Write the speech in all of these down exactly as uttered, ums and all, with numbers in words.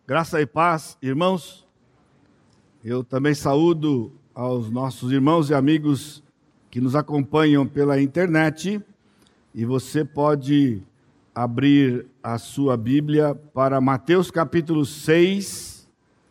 Graça e paz, irmãos. Eu também saúdo aos nossos irmãos e amigos que nos acompanham pela internet. E você pode abrir a sua Bíblia para Mateus capítulo seis,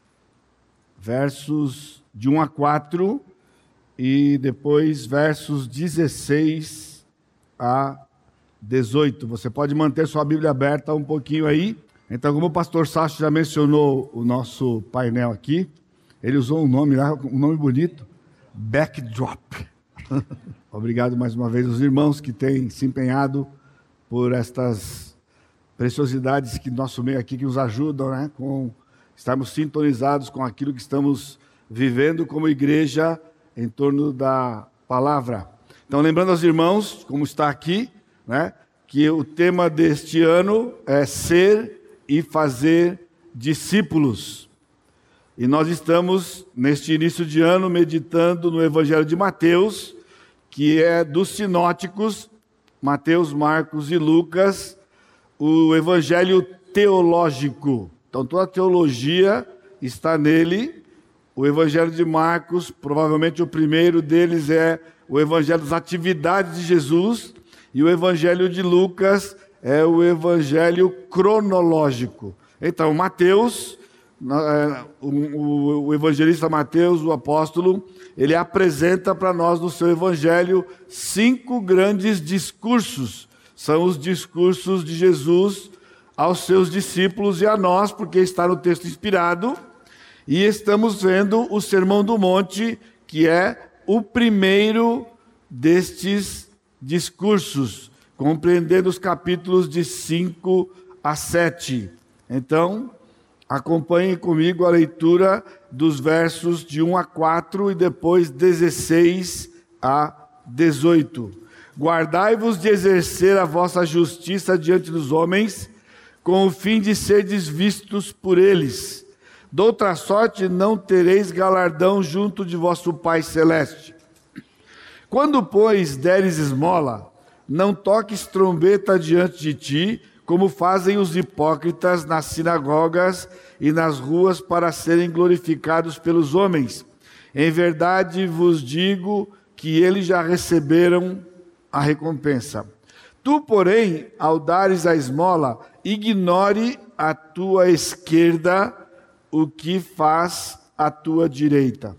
versos de um a quatro, e depois versos dezesseis a dezoito. Você pode manter sua Bíblia aberta um pouquinho aí. Então, como o pastor Sacho já mencionou o nosso painel aqui, ele usou um nome lá, um nome bonito, Backdrop. Obrigado mais uma vez aos irmãos que têm se empenhado por estas preciosidades que nosso meio aqui, que nos ajudam, né, com estarmos sintonizados com aquilo que estamos vivendo como igreja em torno da palavra. Então, lembrando aos irmãos, como está aqui, né, que o tema deste ano é ser e fazer discípulos. E nós estamos, neste início de ano, meditando no Evangelho de Mateus, que é dos sinóticos, Mateus, Marcos e Lucas, o Evangelho teológico. Então, toda a teologia está nele. O Evangelho de Marcos, provavelmente o primeiro deles é o Evangelho das atividades de Jesus, e o Evangelho de Lucas é o Evangelho cronológico. Então, Mateus, o evangelista Mateus, o apóstolo, ele apresenta para nós no seu Evangelho cinco grandes discursos. São os discursos de Jesus aos seus discípulos e a nós, porque está no texto inspirado. E estamos vendo o Sermão do Monte, que é o primeiro destes discursos, compreendendo os capítulos de cinco a sete. Então, acompanhem comigo a leitura dos versos de um a quatro e depois dezesseis a dezoito. Guardai-vos de exercer a vossa justiça diante dos homens, com o fim de serdes vistos por eles. Doutra sorte não tereis galardão junto de vosso Pai Celeste. Quando, pois, deres esmola, não toques trombeta diante de ti, como fazem os hipócritas nas sinagogas e nas ruas para serem glorificados pelos homens. Em verdade vos digo que eles já receberam a recompensa. Tu, porém, ao dares a esmola, ignore à tua esquerda o que faz a tua direita,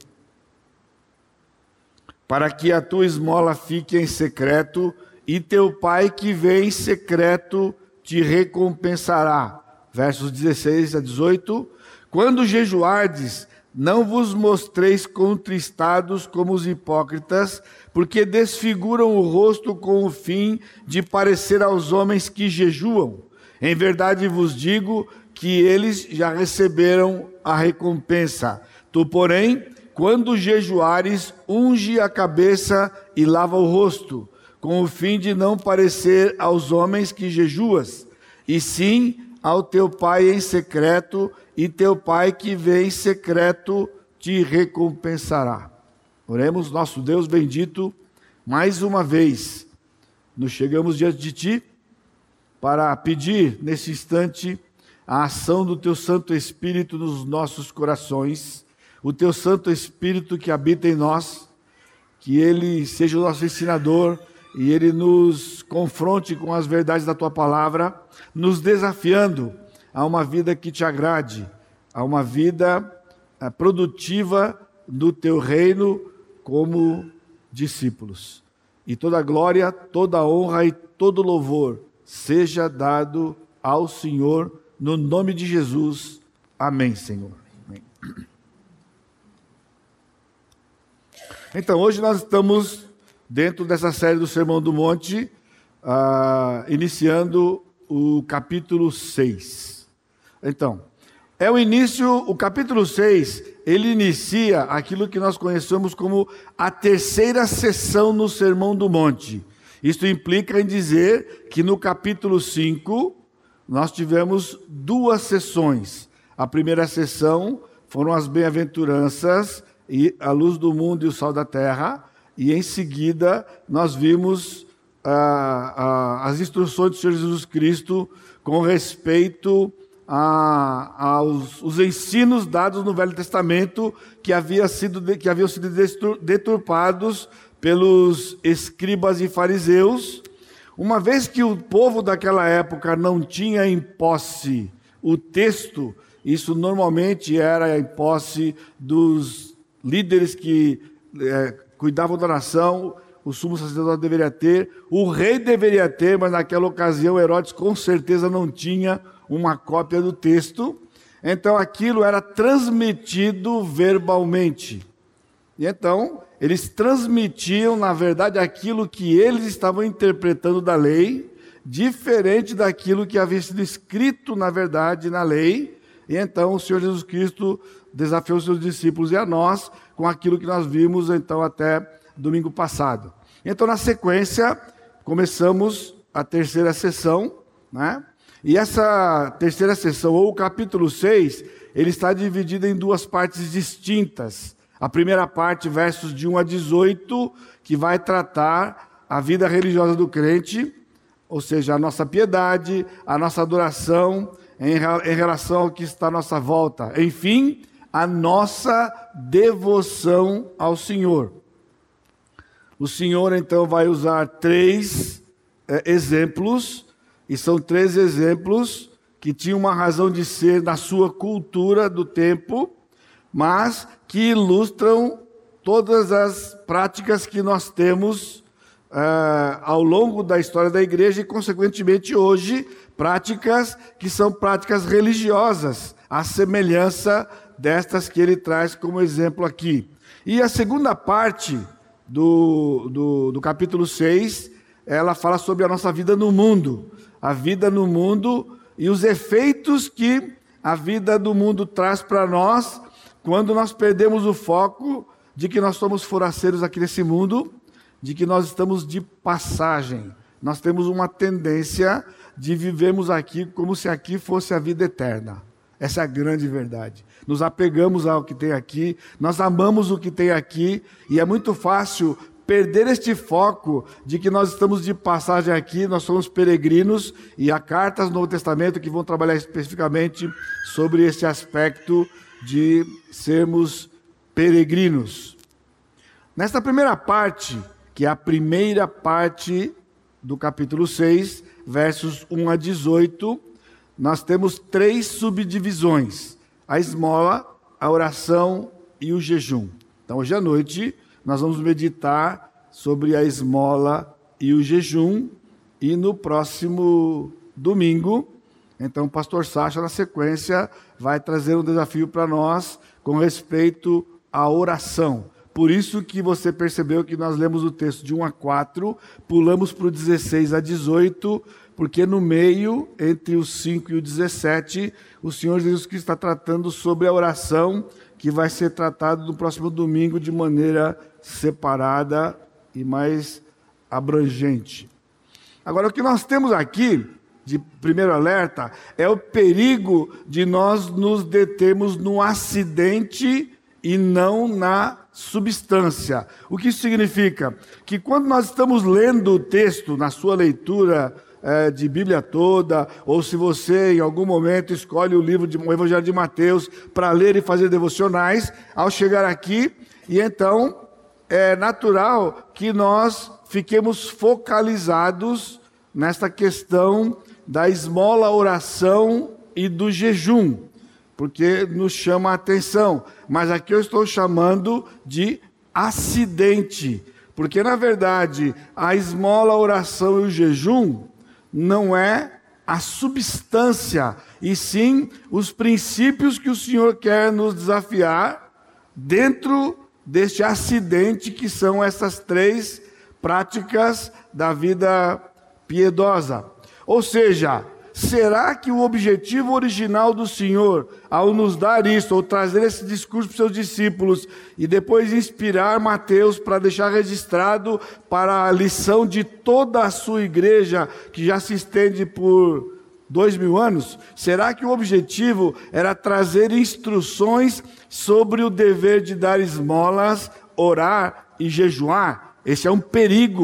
para que a tua esmola fique em secreto, e teu pai que vê em secreto te recompensará. Versos dezesseis a dezoito. Quando jejuardes, não vos mostreis contristados como os hipócritas, porque desfiguram o rosto com o fim de parecer aos homens que jejuam. Em verdade vos digo que eles já receberam a recompensa. Tu, porém, quando jejuares, unge a cabeça e lava o rosto, com o fim de não parecer aos homens que jejuas, e sim ao teu pai em secreto, e teu pai que vê em secreto te recompensará. Oremos, nosso Deus bendito, mais uma vez, nos chegamos diante de ti, para pedir nesse instante a ação do teu Santo Espírito nos nossos corações, o teu Santo Espírito que habita em nós, que ele seja o nosso ensinador, e ele nos confronte com as verdades da tua palavra, nos desafiando a uma vida que te agrade, a uma vida produtiva do teu reino como discípulos. E toda glória, toda honra e todo louvor seja dado ao Senhor, no nome de Jesus. Amém, Senhor. Amém. Então, hoje nós estamos dentro dessa série do Sermão do Monte, uh, iniciando o capítulo seis. Então, é o início, o capítulo seis, ele inicia aquilo que nós conhecemos como a terceira sessão no Sermão do Monte. Isto implica em dizer que no capítulo cinco, nós tivemos duas sessões. A primeira sessão foram as bem-aventuranças, e a luz do mundo e o sal da terra. E em seguida nós vimos ah, ah, as instruções do Senhor Jesus Cristo com respeito a, aos os ensinos dados no Velho Testamento que, havia sido, que haviam sido deturpados pelos escribas e fariseus. Uma vez que o povo daquela época não tinha em posse o texto, isso normalmente era em posse dos líderes que é, cuidavam da nação. O sumo sacerdote deveria ter, o rei deveria ter, mas naquela ocasião Herodes com certeza não tinha uma cópia do texto. Então aquilo era transmitido verbalmente. E então eles transmitiam, na verdade, aquilo que eles estavam interpretando da lei, diferente daquilo que havia sido escrito, na verdade, na lei. E então o Senhor Jesus Cristo desafiou os seus discípulos e a nós com aquilo que nós vimos então até domingo passado. Então, na sequência, começamos a terceira sessão, né? E essa terceira sessão, ou o capítulo seis, ele está dividido em duas partes distintas. A primeira parte, versos de um a dezoito, que vai tratar a vida religiosa do crente, ou seja, a nossa piedade, a nossa adoração em, em relação ao que está à nossa volta. Enfim, a nossa devoção ao Senhor. O Senhor, então, vai usar três é, exemplos, e são três exemplos que tinham uma razão de ser na sua cultura do tempo, mas que ilustram todas as práticas que nós temos é, ao longo da história da igreja e, consequentemente, hoje, práticas que são práticas religiosas, à semelhança destas que ele traz como exemplo aqui. E a segunda parte Do, do, do capítulo seis, ela fala sobre a nossa vida no mundo, a vida no mundo e os efeitos que a vida do mundo traz para nós quando nós perdemos o foco de que nós somos forasteiros aqui nesse mundo, de que nós estamos de passagem. Nós temos uma tendência de vivermos aqui como se aqui fosse a vida eterna. Essa é a grande verdade. Nos apegamos ao que tem aqui, nós amamos o que tem aqui, e é muito fácil perder este foco de que nós estamos de passagem aqui, nós somos peregrinos, e há cartas no Novo Testamento que vão trabalhar especificamente sobre esse aspecto de sermos peregrinos. Nesta primeira parte, que é a primeira parte do capítulo seis, versos um a dezoito, nós temos três subdivisões: a esmola, a oração e o jejum. Então, hoje à noite, nós vamos meditar sobre a esmola e o jejum, e no próximo domingo, então, o pastor Sacha, na sequência, vai trazer um desafio para nós com respeito à oração. Por isso que você percebeu que nós lemos o texto de um a quatro, pulamos para o dezesseis a dezoito, porque no meio, entre o cinco e o dezessete, o Senhor Jesus Cristo está tratando sobre a oração, que vai ser tratado no próximo domingo de maneira separada e mais abrangente. Agora, o que nós temos aqui, de primeiro alerta, é o perigo de nós nos determos no acidente e não na substância. O que isso significa? Que quando nós estamos lendo o texto, na sua leitura é, de Bíblia toda, ou se você em algum momento escolhe o livro de o Evangelho de Mateus para ler e fazer devocionais, ao chegar aqui, e então é natural que nós fiquemos focalizados nesta questão da esmola, oração e do jejum, porque nos chama a atenção. Mas aqui eu estou chamando de acidente, porque na verdade a esmola, a oração e o jejum não é a substância, e sim os princípios que o Senhor quer nos desafiar dentro deste acidente que são essas três práticas da vida piedosa. Ou seja, será que o objetivo original do Senhor, ao nos dar isso, ou trazer esse discurso para os seus discípulos, e depois inspirar Mateus para deixar registrado para a lição de toda a sua igreja, que já se estende por dois mil anos, será que o objetivo era trazer instruções sobre o dever de dar esmolas, orar e jejuar? Esse é um perigo.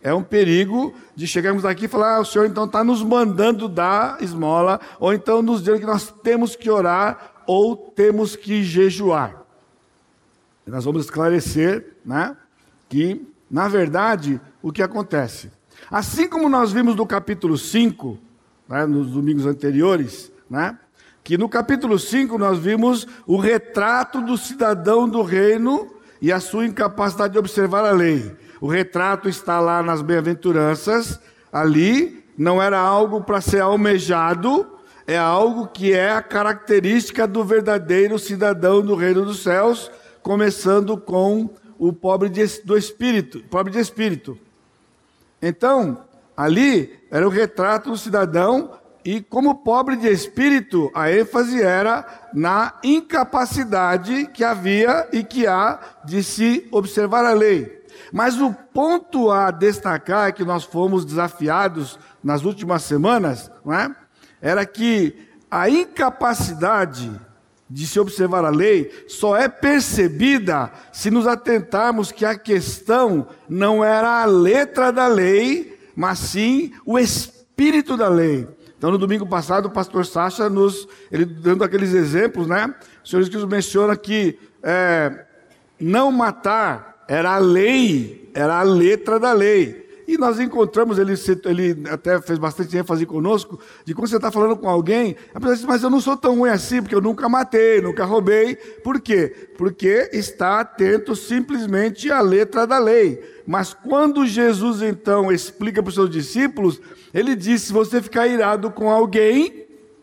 É um perigo de chegarmos aqui e falar, ah, o Senhor então está nos mandando dar esmola, ou então nos dizendo que nós temos que orar, ou temos que jejuar. E nós vamos esclarecer, né, que, na verdade, o que acontece. Assim como nós vimos no capítulo cinco, né, nos domingos anteriores, né, que no capítulo cinco nós vimos o retrato do cidadão do reino e a sua incapacidade de observar a lei. O retrato está lá nas bem-aventuranças, ali não era algo para ser almejado, é algo que é a característica do verdadeiro cidadão do reino dos céus, começando com o pobre de, do espírito, pobre de espírito. Então, ali era o retrato do cidadão, e como pobre de espírito, a ênfase era na incapacidade que havia e que há de se observar a lei. Mas o ponto a destacar, que nós fomos desafiados nas últimas semanas, não é? Era que a incapacidade de se observar a lei só é percebida se nos atentarmos que a questão não era a letra da lei, mas sim o espírito da lei. Então, no domingo passado, o pastor Sacha, nos, ele dando aqueles exemplos, né? O Senhor Jesus menciona que é, não matar era a lei, era a letra da lei. E nós encontramos, ele, ele até fez bastante ênfase conosco, de quando você está falando com alguém, a pessoa diz, mas eu não sou tão ruim assim, porque eu nunca matei, nunca roubei. Por quê? Porque está atento simplesmente à letra da lei. Mas quando Jesus, então, explica para os seus discípulos, ele diz, se você ficar irado com alguém,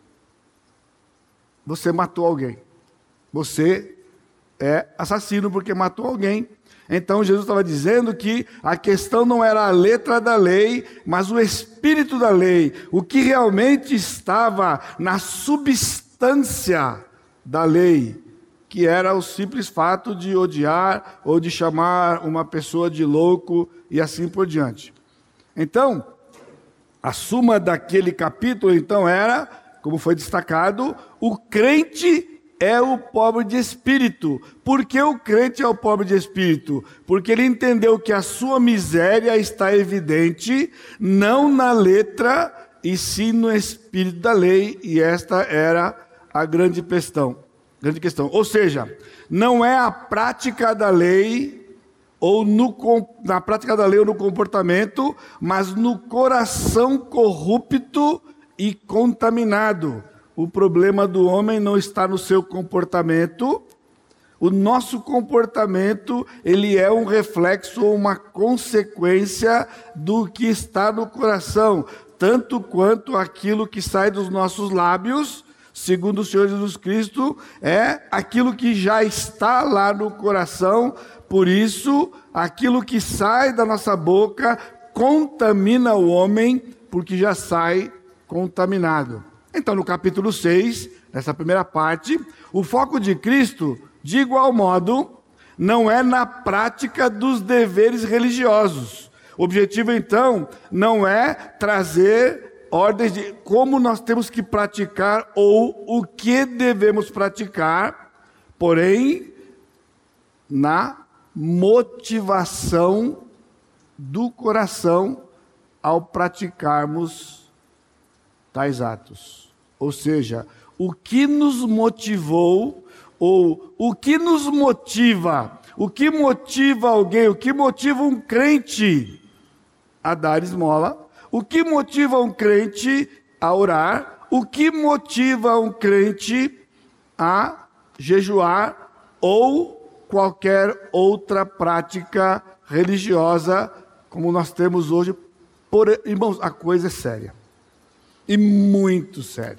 você matou alguém. Você é assassino porque matou alguém. Então Jesus estava dizendo que a questão não era a letra da lei, mas o espírito da lei, o que realmente estava na substância da lei, que era o simples fato de odiar ou de chamar uma pessoa de louco e assim por diante. Então, a suma daquele capítulo então era, como foi destacado, o crente é o pobre de espírito. Por que o crente é o pobre de espírito? Porque ele entendeu que a sua miséria está evidente, não na letra, e sim no espírito da lei, e esta era a grande questão. Grande questão. Ou seja, não é a prática da lei, ou no, na prática da lei ou no comportamento, mas no coração corrupto e contaminado. O problema do homem não está no seu comportamento. O nosso comportamento, ele é um reflexo ou uma consequência do que está no coração, tanto quanto aquilo que sai dos nossos lábios, segundo o Senhor Jesus Cristo, é aquilo que já está lá no coração. Por isso, aquilo que sai da nossa boca contamina o homem, porque já sai contaminado. Então, no capítulo seis, nessa primeira parte, o foco de Cristo, de igual modo, não é na prática dos deveres religiosos. O objetivo, então, não é trazer ordens de como nós temos que praticar ou o que devemos praticar, porém, na motivação do coração ao praticarmos tais atos. Ou seja, o que nos motivou, ou o que nos motiva, o que motiva alguém, o que motiva um crente a dar esmola, o que motiva um crente a orar, o que motiva um crente a jejuar ou qualquer outra prática religiosa, como nós temos hoje. Por, irmãos, a coisa é séria. E muito sério.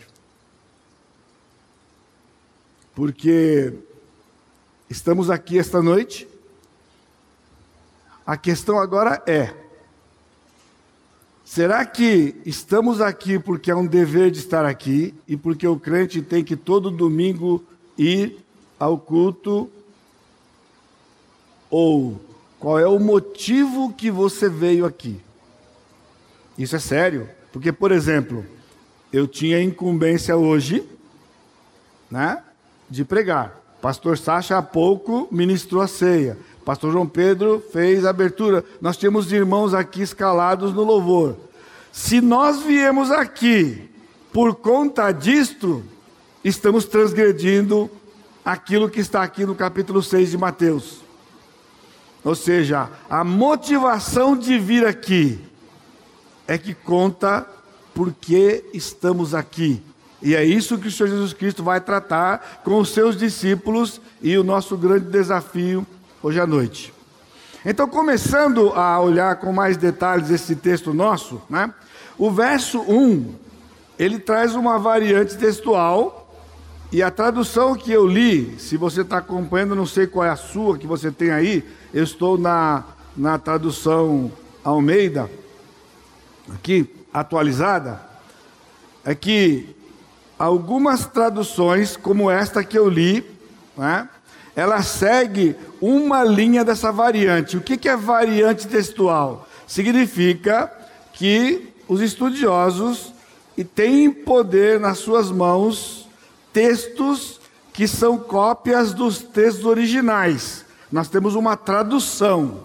Porque estamos aqui esta noite. A questão agora é: será que estamos aqui porque é um dever de estar aqui e porque o crente tem que todo domingo ir ao culto? Ou qual é o motivo que você veio aqui? Isso é sério, porque, por exemplo, eu tinha incumbência hoje, né, de pregar. Pastor Sacha há pouco ministrou a ceia. Pastor João Pedro fez a abertura. Nós temos irmãos aqui escalados no louvor. Se nós viemos aqui por conta disto, estamos transgredindo aquilo que está aqui no capítulo seis de Mateus. Ou seja, a motivação de vir aqui é que conta por que estamos aqui. E é isso que o Senhor Jesus Cristo vai tratar com os seus discípulos e o nosso grande desafio hoje à noite. Então, começando a olhar com mais detalhes esse texto nosso, né? O verso um, ele traz uma variante textual, e a tradução que eu li, se você está acompanhando, não sei qual é a sua que você tem aí, eu estou na, na tradução Almeida, aqui, atualizada, é que algumas traduções, como esta que eu li, né, ela segue uma linha dessa variante. O que, que é variante textual? Significa que os estudiosos têm poder nas suas mãos textos que são cópias dos textos originais. Nós temos uma tradução.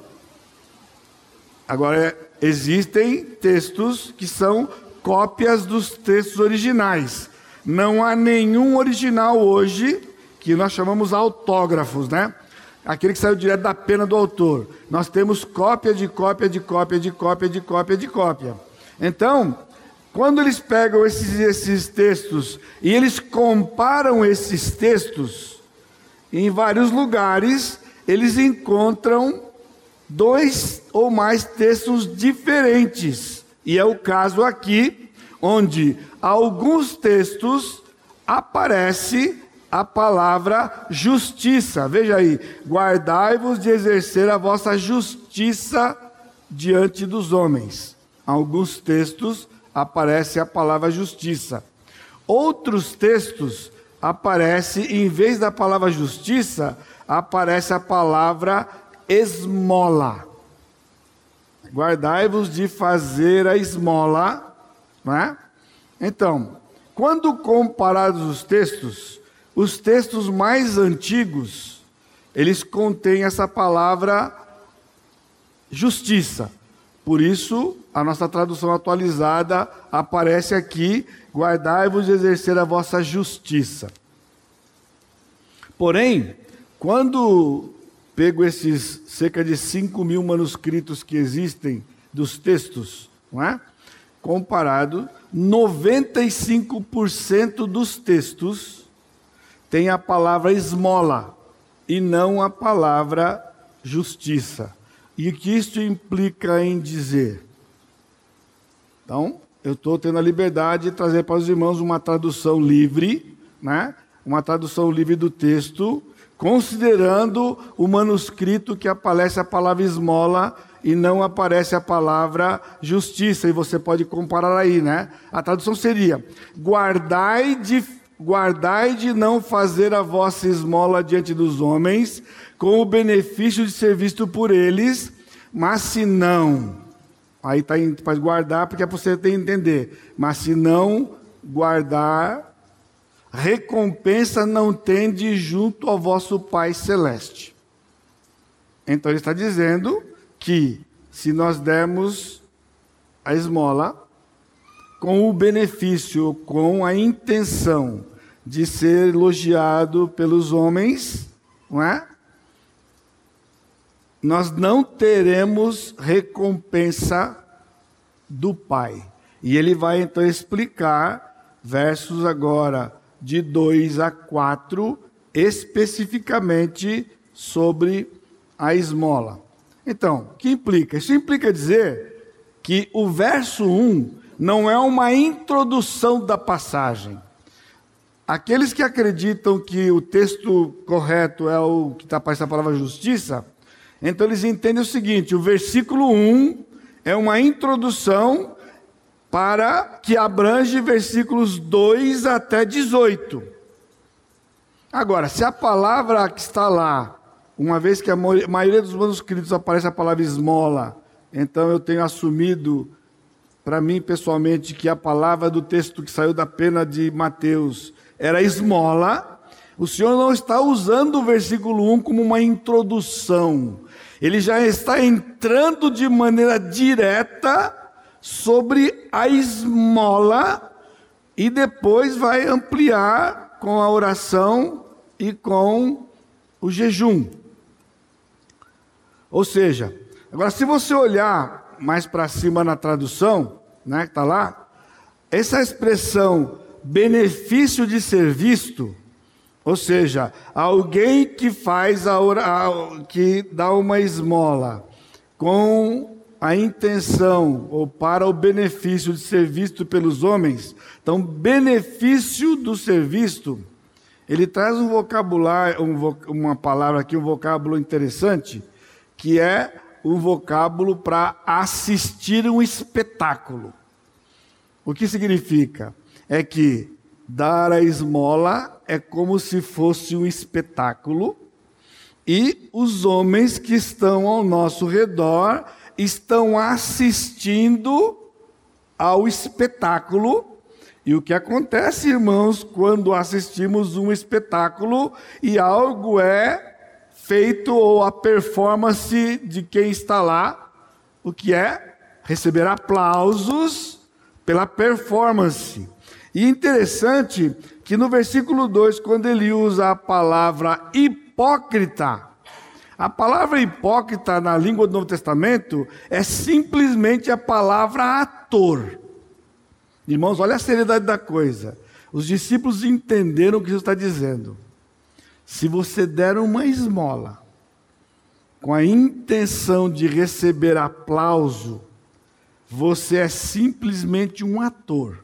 Agora, existem textos que são cópias dos textos originais. Não há nenhum original hoje que nós chamamos autógrafos, né? Aquele que saiu direto da pena do autor. Nós temos cópia de cópia de cópia de cópia de cópia de cópia. Então, quando eles pegam esses, esses textos e eles comparam esses textos, em vários lugares, eles encontram dois ou mais textos diferentes. E é o caso aqui, onde alguns textos aparece a palavra justiça. Veja aí, guardai-vos de exercer a vossa justiça diante dos homens. Alguns textos aparece a palavra justiça. Outros textos aparece, em vez da palavra justiça, aparece a palavra esmola. Guardai-vos de fazer a esmola, não é? Então, quando comparados os textos, os textos mais antigos, eles contêm essa palavra justiça. Por isso, a nossa tradução atualizada aparece aqui, guardai-vos de exercer a vossa justiça. Porém, quando pego esses cerca de cinco mil manuscritos que existem dos textos, não é? Comparado, noventa e cinco por cento dos textos tem a palavra esmola e não a palavra justiça. E o que isso implica em dizer? Então, eu estou tendo a liberdade de trazer para os irmãos uma tradução livre, né? Uma tradução livre do texto, considerando o manuscrito que aparece a palavra esmola e não aparece a palavra justiça. E você pode comparar aí, né? A tradução seria: guardai de, guardai de não fazer a vossa esmola diante dos homens, com o benefício de ser visto por eles, mas se não, aí está para guardar, porque é para você entender, mas se não guardar, recompensa não tende junto ao vosso Pai Celeste. Então ele está dizendo que se nós dermos a esmola com o benefício, com a intenção de ser elogiado pelos homens, não é? Nós não teremos recompensa do Pai. E ele vai então explicar versos agora de dois a quatro, especificamente sobre a esmola. Então, o que implica? Isso implica dizer que o verso um não é uma introdução da passagem. Aqueles que acreditam que o texto correto é o que está aparecendo a palavra justiça, então eles entendem o seguinte: o versículo um é uma introdução para que abrange versículos dois até dezoito. Agora, se a palavra que está lá, uma vez que a maioria dos manuscritos aparece a palavra esmola, então eu tenho assumido para mim pessoalmente que a palavra do texto que saiu da pena de Mateus era esmola. O Senhor não está usando o versículo um como uma introdução. Ele já está entrando de maneira direta sobre a esmola e depois vai ampliar com a oração e com o jejum. Ou seja, agora se você olhar mais para cima na tradução, né, que está lá, essa expressão benefício de ser visto, ou seja, alguém que faz a oração, que dá uma esmola com a intenção ou para o benefício de ser visto pelos homens. Então, benefício do ser visto, ele traz um vocabulário, um vo, uma palavra aqui, um vocábulo interessante, que é um vocábulo para assistir um espetáculo. O que significa? É que dar a esmola é como se fosse um espetáculo e os homens que estão ao nosso redor estão assistindo ao espetáculo. E o que acontece, irmãos, quando assistimos um espetáculo e algo é feito ou a performance de quem está lá, o que é? Receber aplausos pela performance. E interessante que no versículo dois, quando ele usa a palavra hipócrita, a palavra hipócrita na língua do Novo Testamento é simplesmente a palavra ator. Irmãos, olha a seriedade da coisa. Os discípulos entenderam o que Jesus está dizendo. Se você der uma esmola com a intenção de receber aplauso, você é simplesmente um ator.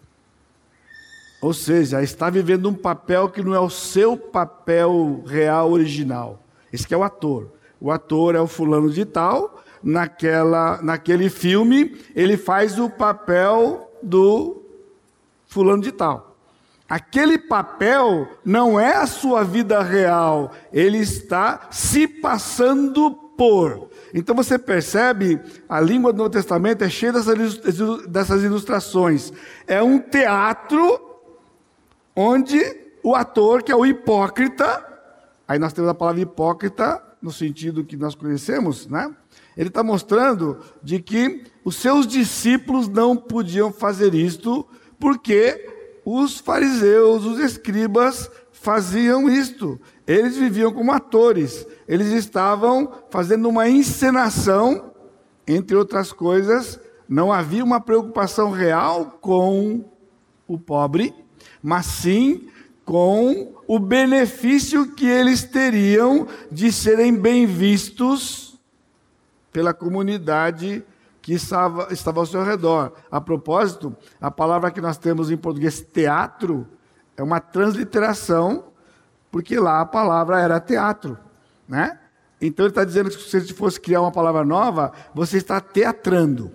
Ou seja, está vivendo um papel que não é o seu papel real original. Esse que é o ator. O ator é o fulano de tal, naquela, naquele filme, ele faz o papel do fulano de tal. Aquele papel não é a sua vida real, ele está se passando por. Então você percebe, a língua do Novo Testamento é cheia dessas ilustrações. É um teatro onde o ator, que é o hipócrita, aí nós temos a palavra hipócrita, no sentido que nós conhecemos, né? Ele está mostrando de que os seus discípulos não podiam fazer isto, porque os fariseus, os escribas, faziam isto. Eles viviam como atores. Eles estavam fazendo uma encenação, entre outras coisas. Não havia uma preocupação real com o pobre, mas sim com o benefício que eles teriam de serem bem vistos pela comunidade que estava, estava ao seu redor. A propósito, a palavra que nós temos em português, teatro, é uma transliteração, porque lá a palavra era teatro, né? Então ele está dizendo que se você fosse criar uma palavra nova, você está teatrando.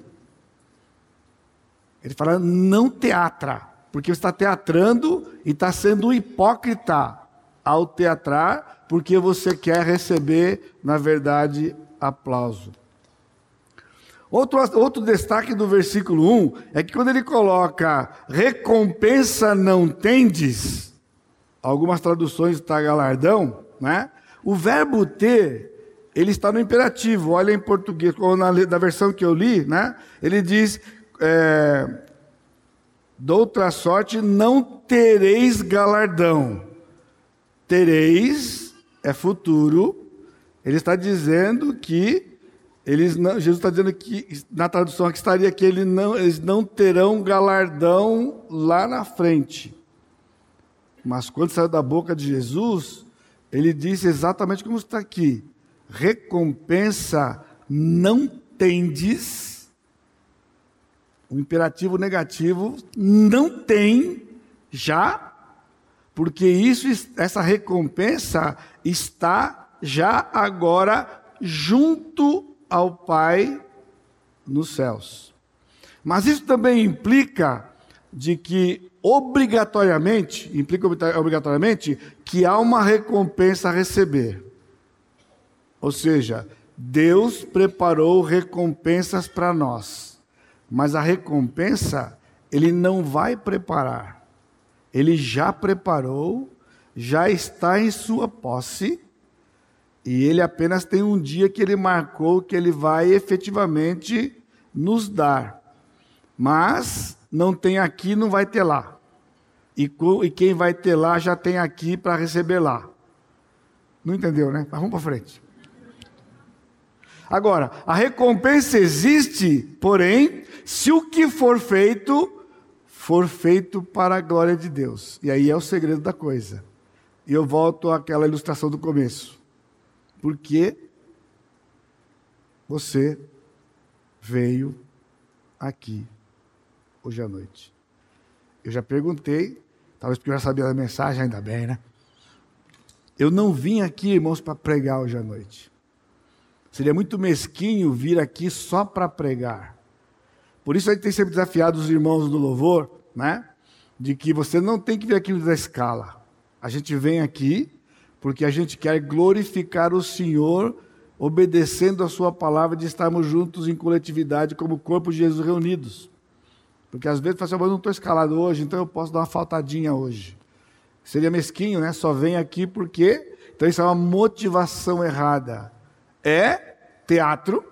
Ele fala, não teatra, porque você está teatrando e está sendo hipócrita ao teatrar, porque você quer receber, na verdade, aplauso. Outro, outro destaque do versículo um é que quando ele coloca recompensa não tendes, algumas traduções está galardão, né? O verbo ter, ele está no imperativo. Olha em português, ou na, na versão que eu li, né? Ele diz, é, de outra sorte não tereis galardão. Tereis é futuro. Ele está dizendo que Eles não, Jesus está dizendo que, na tradução aqui estaria que ele não, eles não terão galardão lá na frente. Mas quando saiu da boca de Jesus, ele disse exatamente como está aqui. Recompensa não tendes. O imperativo negativo não tem já, porque isso, essa recompensa está já agora junto ao Pai nos céus. Mas isso também implica de que obrigatoriamente, implica obrigatoriamente que há uma recompensa a receber. Ou seja, Deus preparou recompensas para nós, mas a recompensa Ele não vai preparar. Ele já preparou, já está em sua posse, e ele apenas tem um dia que ele marcou que ele vai efetivamente nos dar. Mas não tem aqui, não vai ter lá. E, e quem vai ter lá já tem aqui para receber lá. Não entendeu, né? Mas vamos para frente. Agora, a recompensa existe, porém, se o que for feito, for feito para a glória de Deus. E aí é o segredo da coisa. E eu volto àquela ilustração do começo. Porque você veio aqui hoje à noite. Eu já perguntei, talvez porque eu já sabia da mensagem, ainda bem, né? Eu não vim aqui, irmãos, para pregar hoje à noite. Seria muito mesquinho vir aqui só para pregar. Por isso a gente tem sempre desafiado os irmãos do louvor, né? De que você não tem que vir aqui da escala. A gente vem aqui porque a gente quer glorificar o Senhor, obedecendo a sua palavra de estarmos juntos em coletividade como corpo de Jesus reunidos. Porque às vezes você fala assim, eu não estou escalado hoje, então eu posso dar uma faltadinha hoje. Seria mesquinho, né? Só vem aqui porque... Então isso é uma motivação errada. É teatro,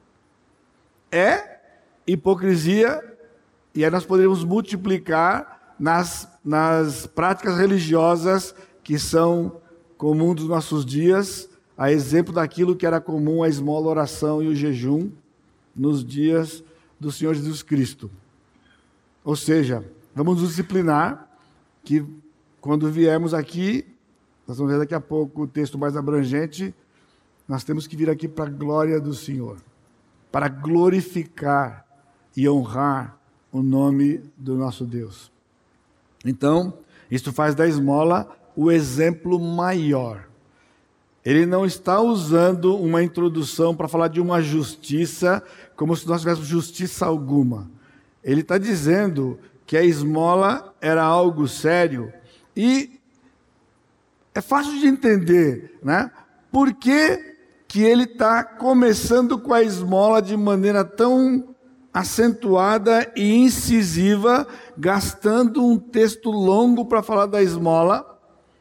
é hipocrisia, e aí nós poderíamos multiplicar nas, nas práticas religiosas que são comuns dos nossos dias, a exemplo daquilo que era comum a esmola, a oração e o jejum nos dias do Senhor Jesus Cristo. Ou seja, vamos nos disciplinar, que quando viemos aqui, nós vamos ver daqui a pouco o texto mais abrangente, nós temos que vir aqui para a glória do Senhor, para glorificar e honrar o nome do nosso Deus. Então, isto faz da esmola o exemplo maior. Ele não está usando uma introdução para falar de uma justiça, como se nós tivéssemos justiça alguma. Ele está dizendo que a esmola era algo sério, e é fácil de entender, né? Por que que ele está começando com a esmola de maneira tão acentuada e incisiva, gastando um texto longo para falar da esmola,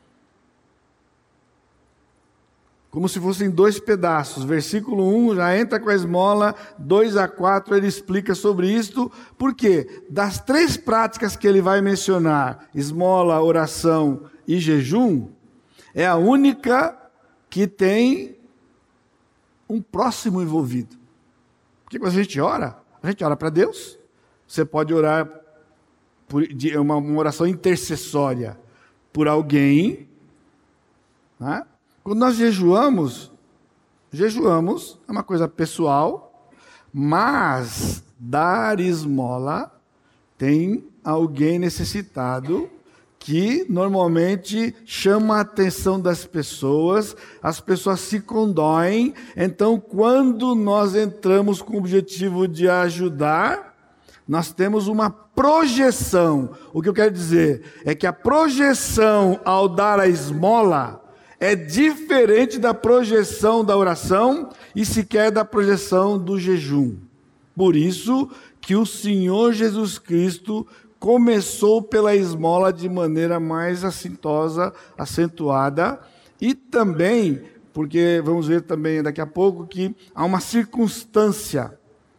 como se fossem dois pedaços. Versículo um já entra com a esmola, dois a quatro ele explica sobre isto, porque das três práticas que ele vai mencionar, esmola, oração e jejum, é a única que tem um próximo envolvido. Porque quando a gente ora, a gente ora para Deus. Você pode orar por de uma, uma oração intercessória por alguém, né? Quando nós jejuamos, jejuamos é uma coisa pessoal, mas dar esmola tem alguém necessitado que normalmente chama a atenção das pessoas, as pessoas se condoem. Então, quando nós entramos com o objetivo de ajudar, nós temos uma projeção. O que eu quero dizer é que a projeção ao dar a esmola é diferente da projeção da oração e sequer da projeção do jejum. Por isso que o Senhor Jesus Cristo começou pela esmola de maneira mais assintosa, acentuada, e também, porque vamos ver também daqui a pouco, que há uma circunstância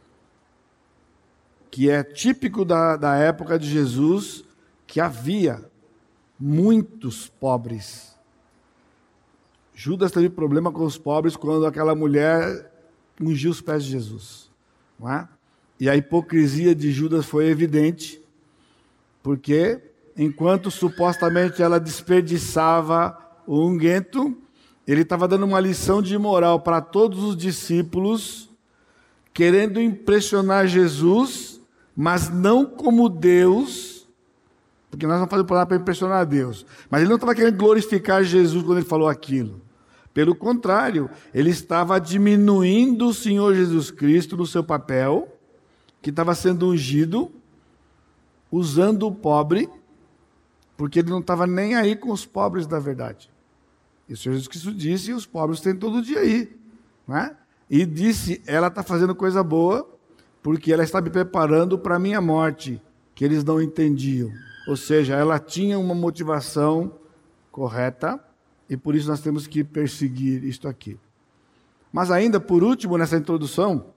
que é típico da, da época de Jesus, que havia muitos pobres. Judas teve problema com os pobres quando aquela mulher ungiu os pés de Jesus, não é? E a hipocrisia de Judas foi evidente, porque enquanto supostamente ela desperdiçava o unguento, ele estava dando uma lição de moral para todos os discípulos, querendo impressionar Jesus, mas não como Deus, porque nós não fazemos nada para impressionar Deus, mas ele não estava querendo glorificar Jesus quando ele falou aquilo. Pelo contrário, ele estava diminuindo o Senhor Jesus Cristo no seu papel, que estava sendo ungido, usando o pobre, porque ele não estava nem aí com os pobres da verdade. E o Senhor Jesus Cristo disse, os pobres têm todo dia aí, não é? E disse, ela está fazendo coisa boa, porque ela está me preparando para a minha morte, que eles não entendiam. Ou seja, ela tinha uma motivação correta, e por isso nós temos que perseguir isto aqui. Mas ainda, por último, nessa introdução,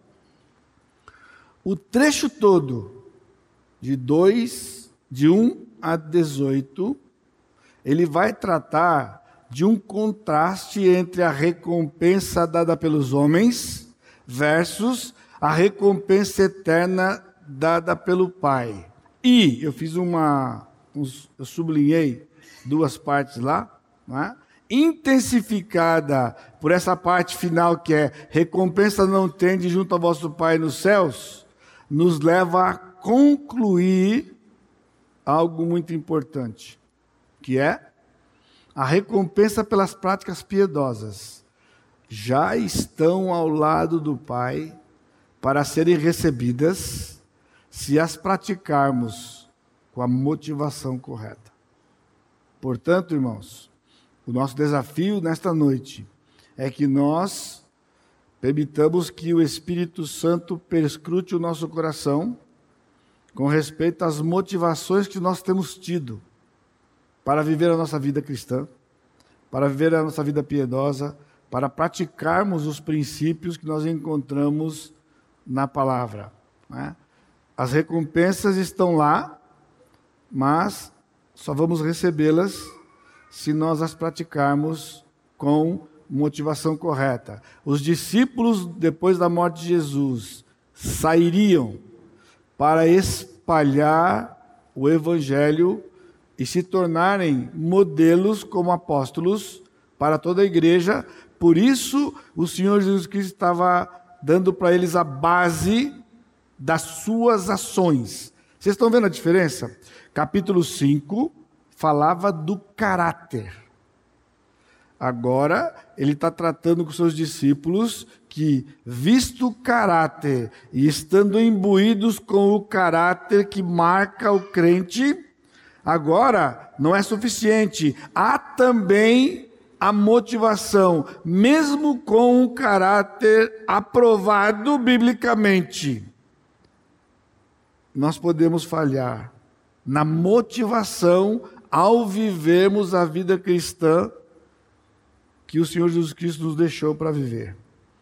o trecho todo, de dois, de um a dezoito, ele vai tratar de um contraste entre a recompensa dada pelos homens versus a recompensa eterna dada pelo Pai. E eu fiz uma, uns, eu sublinhei duas partes lá, não é? Intensificada por essa parte final que é recompensa não tende junto ao vosso Pai nos céus, nos leva a concluir algo muito importante, que é a recompensa pelas práticas piedosas. Já estão ao lado do Pai para serem recebidas se as praticarmos com a motivação correta. Portanto, irmãos, o nosso desafio nesta noite é que nós permitamos que o Espírito Santo perscrute o nosso coração com respeito às motivações que nós temos tido para viver a nossa vida cristã, para viver a nossa vida piedosa, para praticarmos os princípios que nós encontramos na palavra, né? As recompensas estão lá, mas só vamos recebê-las se nós as praticarmos com motivação correta. Os discípulos, depois da morte de Jesus, sairiam para espalhar o Evangelho e se tornarem modelos como apóstolos para toda a igreja. Por isso, o Senhor Jesus Cristo estava dando para eles a base das suas ações. Vocês estão vendo a diferença? Capítulo cinco falava do caráter. Agora, ele está tratando com seus discípulos que, visto o caráter e estando imbuídos com o caráter que marca o crente, agora não é suficiente. Há também a motivação, mesmo com um caráter aprovado biblicamente. Nós podemos falhar na motivação ao vivermos a vida cristã que o Senhor Jesus Cristo nos deixou para viver.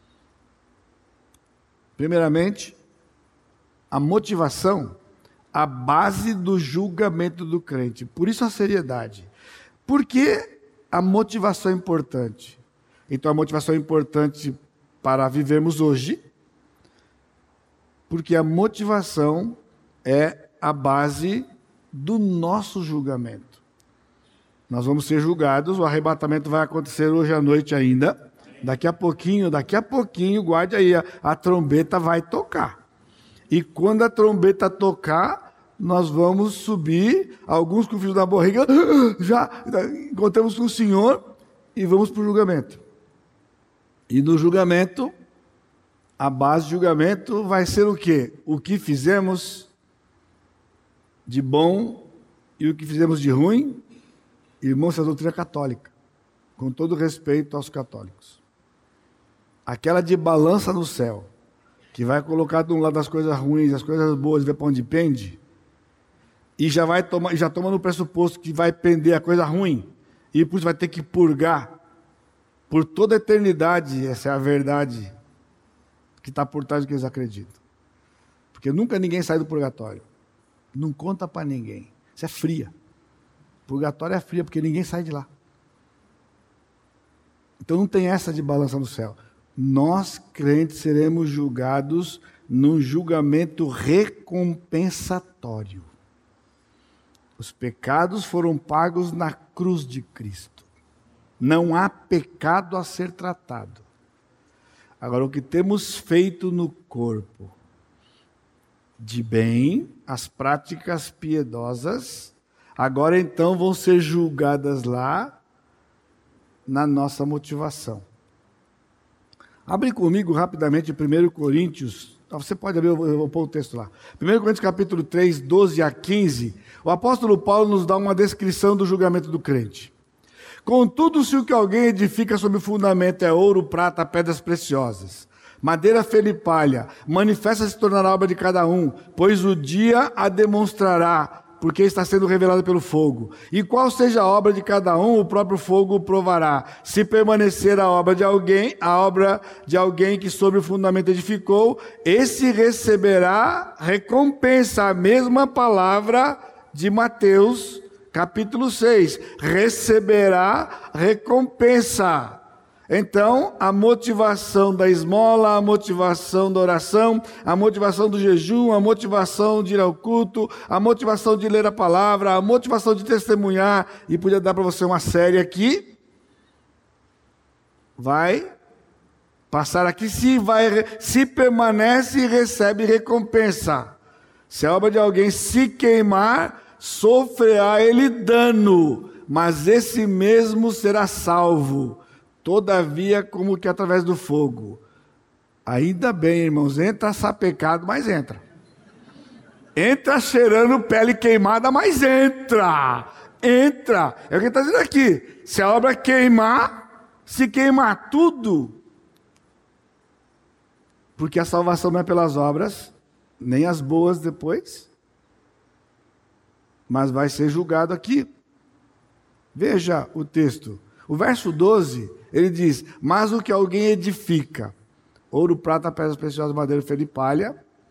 Primeiramente, a motivação, a base do julgamento do crente. Por isso a seriedade. Por que a motivação é importante? Então a motivação é importante para vivermos hoje, porque a motivação é a base do nosso julgamento. Nós vamos ser julgados, o arrebatamento vai acontecer hoje à noite ainda. Daqui a pouquinho, daqui a pouquinho, guarde aí, a, a trombeta vai tocar. E quando a trombeta tocar, nós vamos subir, alguns com o frio da barriga, já encontramos com o Senhor e vamos para o julgamento. E no julgamento, a base do julgamento vai ser o quê? O que fizemos de bom e o que fizemos de ruim. Irmãos, essa doutrina católica, com todo respeito aos católicos. Aquela de balança no céu, que vai colocar de um lado as coisas ruins, as coisas boas, ver para onde pende, e já vai tomar, já toma no pressuposto que vai pender a coisa ruim, e por isso vai ter que purgar por toda a eternidade. Essa é a verdade que está por trás do que eles acreditam. Porque nunca ninguém sai do purgatório. Não conta para ninguém. Isso é fria. Purgatório é fria, porque ninguém sai de lá. Então não tem essa de balança no céu. Nós, crentes, seremos julgados num julgamento recompensatório. Os pecados foram pagos na cruz de Cristo. Não há pecado a ser tratado. Agora, o que temos feito no corpo, de bem, as práticas piedosas, agora então vão ser julgadas lá na nossa motivação. Abre comigo rapidamente primeiro Coríntios, você pode abrir, eu vou pôr o texto lá. primeiro Coríntios capítulo três, doze a quinze, o apóstolo Paulo nos dá uma descrição do julgamento do crente. Contudo, se o que alguém edifica sobre o fundamento é ouro, prata, pedras preciosas, madeira, feno e palha, manifesta se tornará obra de cada um, pois o dia a demonstrará, porque está sendo revelado pelo fogo. E qual seja a obra de cada um, o próprio fogo o provará. Se permanecer a obra de alguém, a obra de alguém que sobre o fundamento edificou, esse receberá recompensa. A mesma palavra de Mateus, capítulo seis. Receberá recompensa. Então, a motivação da esmola, a motivação da oração, a motivação do jejum, a motivação de ir ao culto, a motivação de ler a palavra, a motivação de testemunhar, e podia dar para você uma série aqui, vai passar aqui, se, vai, se permanece e recebe recompensa. Se a obra de alguém se queimar, sofrerá ele dano, mas esse mesmo será salvo. Todavia, como que através do fogo. Ainda bem, irmãos, entra sapecado, mas entra. Entra cheirando pele queimada, mas entra. Entra. É o que está dizendo aqui. Se a obra queimar, se queimar tudo, porque a salvação não é pelas obras, nem as boas depois, mas vai ser julgado aqui. Veja o texto. O verso doze, ele diz, mas o que alguém edifica, ouro, prata, pedras preciosas, madeira, feno e palha,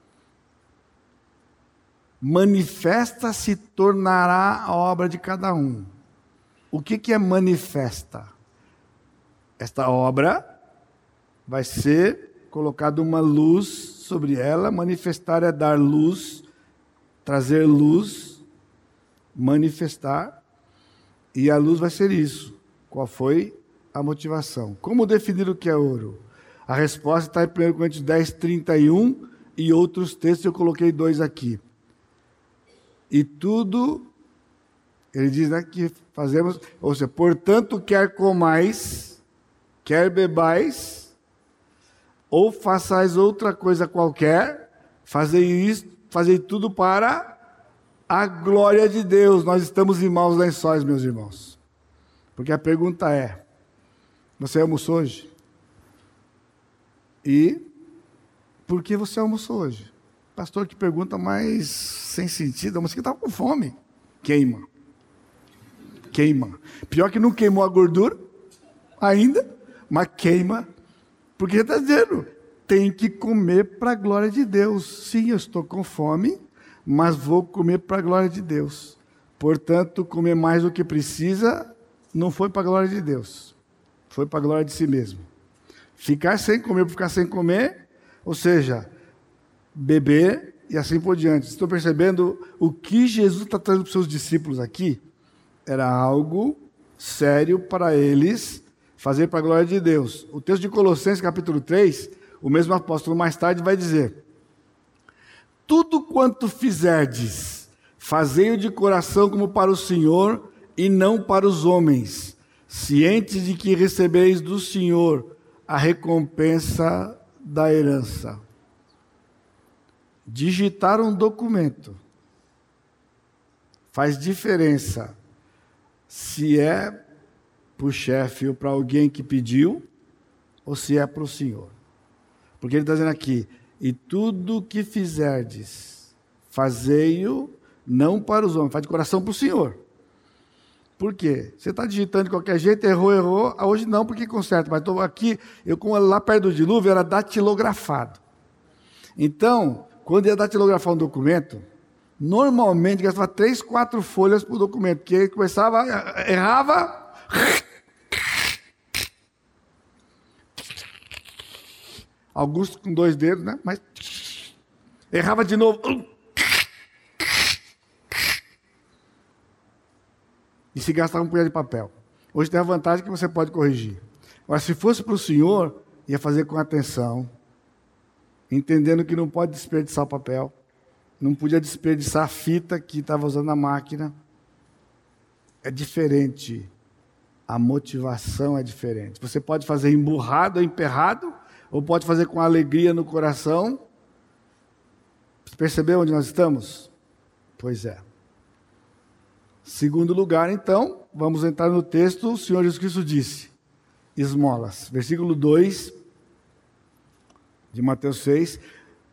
manifesta se tornará a obra de cada um. O que, que é manifesta? Esta obra vai ser colocada uma luz sobre ela. Manifestar é dar luz, trazer luz, manifestar, e a luz vai ser isso. Qual foi a motivação? Como definir o que é ouro? A resposta está em primeira Coríntios dez, trinta e um e outros textos, eu coloquei dois aqui. E tudo, ele diz, né, que fazemos, ou seja, portanto, quer comais, quer bebais, ou façais outra coisa qualquer, fazei isso, fazei tudo para a glória de Deus. Nós estamos em maus lençóis, meus irmãos. Porque a pergunta é, você almoçou hoje? E por que você almoçou hoje? Pastor, que pergunta mais sem sentido. Mas que estava com fome. Queima. Queima. Pior que não queimou a gordura ainda, mas queima. Porque está dizendo, tem que comer para a glória de Deus. Sim, eu estou com fome, mas vou comer para a glória de Deus. Portanto, comer mais do que precisa não foi para a glória de Deus, foi para a glória de si mesmo. Ficar sem comer por ficar sem comer, ou seja, beber e assim por diante. Estou percebendo o que Jesus está trazendo para os seus discípulos aqui? Era algo sério para eles fazer para a glória de Deus. O texto de Colossenses capítulo três, o mesmo apóstolo mais tarde vai dizer, tudo quanto fizerdes, fazei-o de coração como para o Senhor e não para os homens, cientes de que recebeis do Senhor a recompensa da herança. Digitar um documento faz diferença se é para o chefe ou para alguém que pediu, ou se é para o Senhor. Porque ele está dizendo aqui, e tudo que fizerdes, fazei-o não para os homens, faz de coração para o Senhor. Por quê? Você está digitando de qualquer jeito, errou, errou. Hoje não, porque conserta. Mas estou aqui, eu com lá perto do dilúvio, era datilografado. Então, quando ia datilografar um documento, normalmente gastava três, quatro folhas por documento, porque ele começava, errava. Alguns com dois dedos, né? Mas errava de novo. E se gastava um punhado de papel. Hoje tem a vantagem que você pode corrigir. Mas se fosse para o Senhor, ia fazer com atenção, entendendo que não pode desperdiçar o papel, não podia desperdiçar a fita que estava usando na máquina. É diferente. A motivação é diferente. Você pode fazer emburrado, emperrado, ou pode fazer com alegria no coração. Você percebeu onde nós estamos? Pois é. Segundo lugar, então, vamos entrar no texto, o Senhor Jesus Cristo disse, esmolas. Versículo dois de Mateus seis,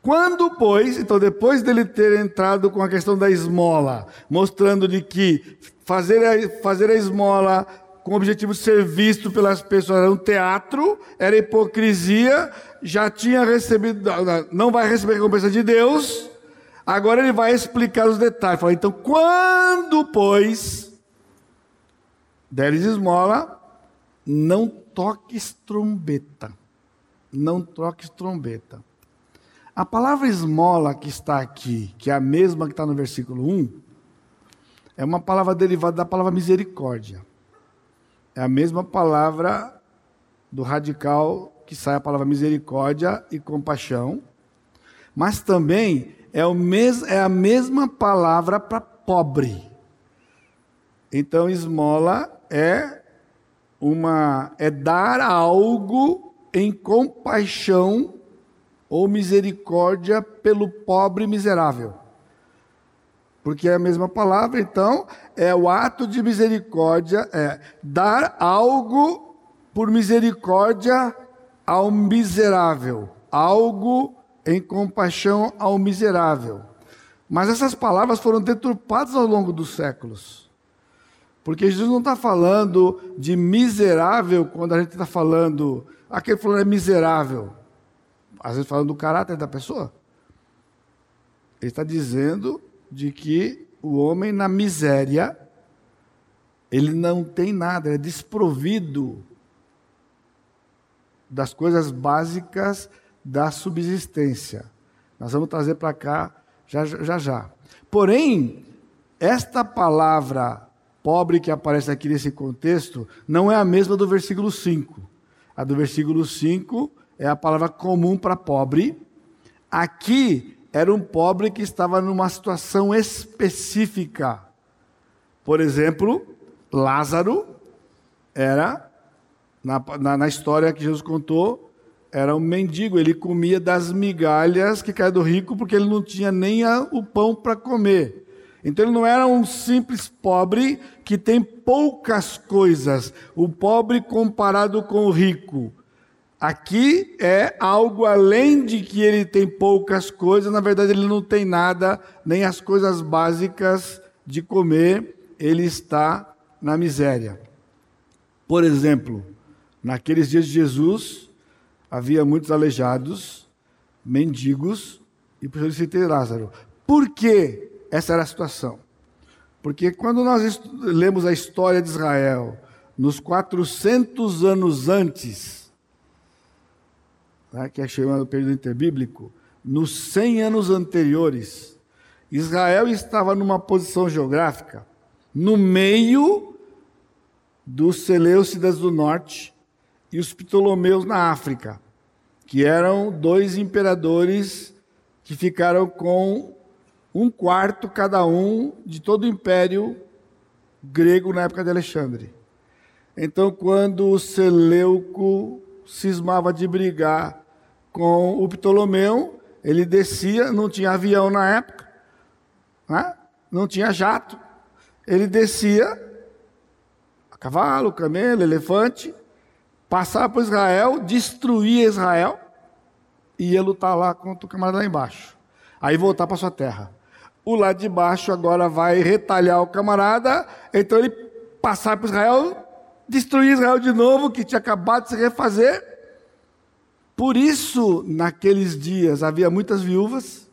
Quando, pois, então depois dele ter entrado com a questão da esmola, mostrando de que fazer a, fazer a esmola com o objetivo de ser visto pelas pessoas era um teatro, era hipocrisia, já tinha recebido, não vai receber recompensa de Deus, agora ele vai explicar os detalhes. Fala, então, quando, pois, deres esmola, não toques trombeta. Não toques trombeta. A palavra esmola que está aqui, que é a mesma que está no versículo um, é uma palavra derivada da palavra misericórdia. É a mesma palavra do radical que sai a palavra misericórdia e compaixão, mas também é, o mes, é a mesma palavra para pobre. Então, esmola é, uma, é dar algo em compaixão ou misericórdia pelo pobre miserável. Porque é a mesma palavra, então, é o ato de misericórdia, é dar algo por misericórdia ao miserável, algo em compaixão ao miserável. Mas essas palavras foram deturpadas ao longo dos séculos. Porque Jesus não está falando de miserável quando a gente está falando, aquele falando é miserável. Às vezes falando do caráter da pessoa. Ele está dizendo de que o homem na miséria, ele não tem nada, ele é desprovido das coisas básicas da subsistência. Nós vamos trazer para cá já, já já. Porém, esta palavra pobre que aparece aqui nesse contexto não é a mesma do versículo cinco. A do versículo cinco é a palavra comum para pobre. Aqui era um pobre que estava numa situação específica. Por exemplo, Lázaro era, na, na, na história que Jesus contou, era um mendigo. Ele comia das migalhas que caíam do rico porque ele não tinha nem a, o pão para comer. Então ele não era um simples pobre que tem poucas coisas. O pobre comparado com o rico. Aqui é algo além de que ele tem poucas coisas, na verdade ele não tem nada, nem as coisas básicas de comer, ele está na miséria. Por exemplo, naqueles dias de Jesus, havia muitos aleijados, mendigos, e por isso citei Lázaro. Por que essa era a situação? Porque quando nós lemos a história de Israel, nos quatrocentos anos antes, que é chamado período interbíblico, nos cem anos anteriores, Israel estava numa posição geográfica no meio dos Seleucidas do norte e os Ptolomeus na África, que eram dois imperadores que ficaram com um quarto cada um de todo o império grego na época de Alexandre. Então, quando o Seleuco cismava de brigar com o Ptolomeu, ele descia, não tinha avião na época, né? Não tinha jato, ele descia a cavalo, camelo, elefante, passava por Israel, destruía Israel e ia lutar lá contra o camarada lá embaixo. Aí voltar para sua terra. O lado de baixo agora vai retalhar o camarada, então ele passar por Israel, destruir Israel de novo, que tinha acabado de se refazer. Por isso, naqueles dias, havia muitas viúvas,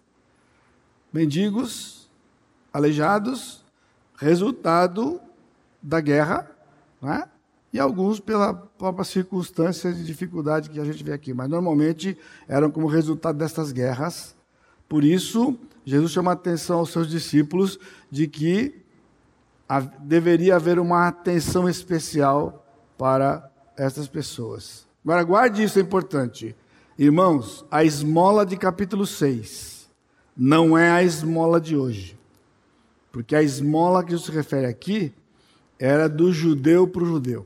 mendigos, aleijados, resultado da guerra, né? E alguns pela própria circunstância de dificuldade que a gente vê aqui. Mas, normalmente, eram como resultado dessas guerras. Por isso, Jesus chama a atenção aos seus discípulos de que deveria haver uma atenção especial para essas pessoas. Agora, guarde isso, é importante. Irmãos, a esmola de capítulo seis não é a esmola de hoje. Porque a esmola que se refere aqui era do judeu para o judeu.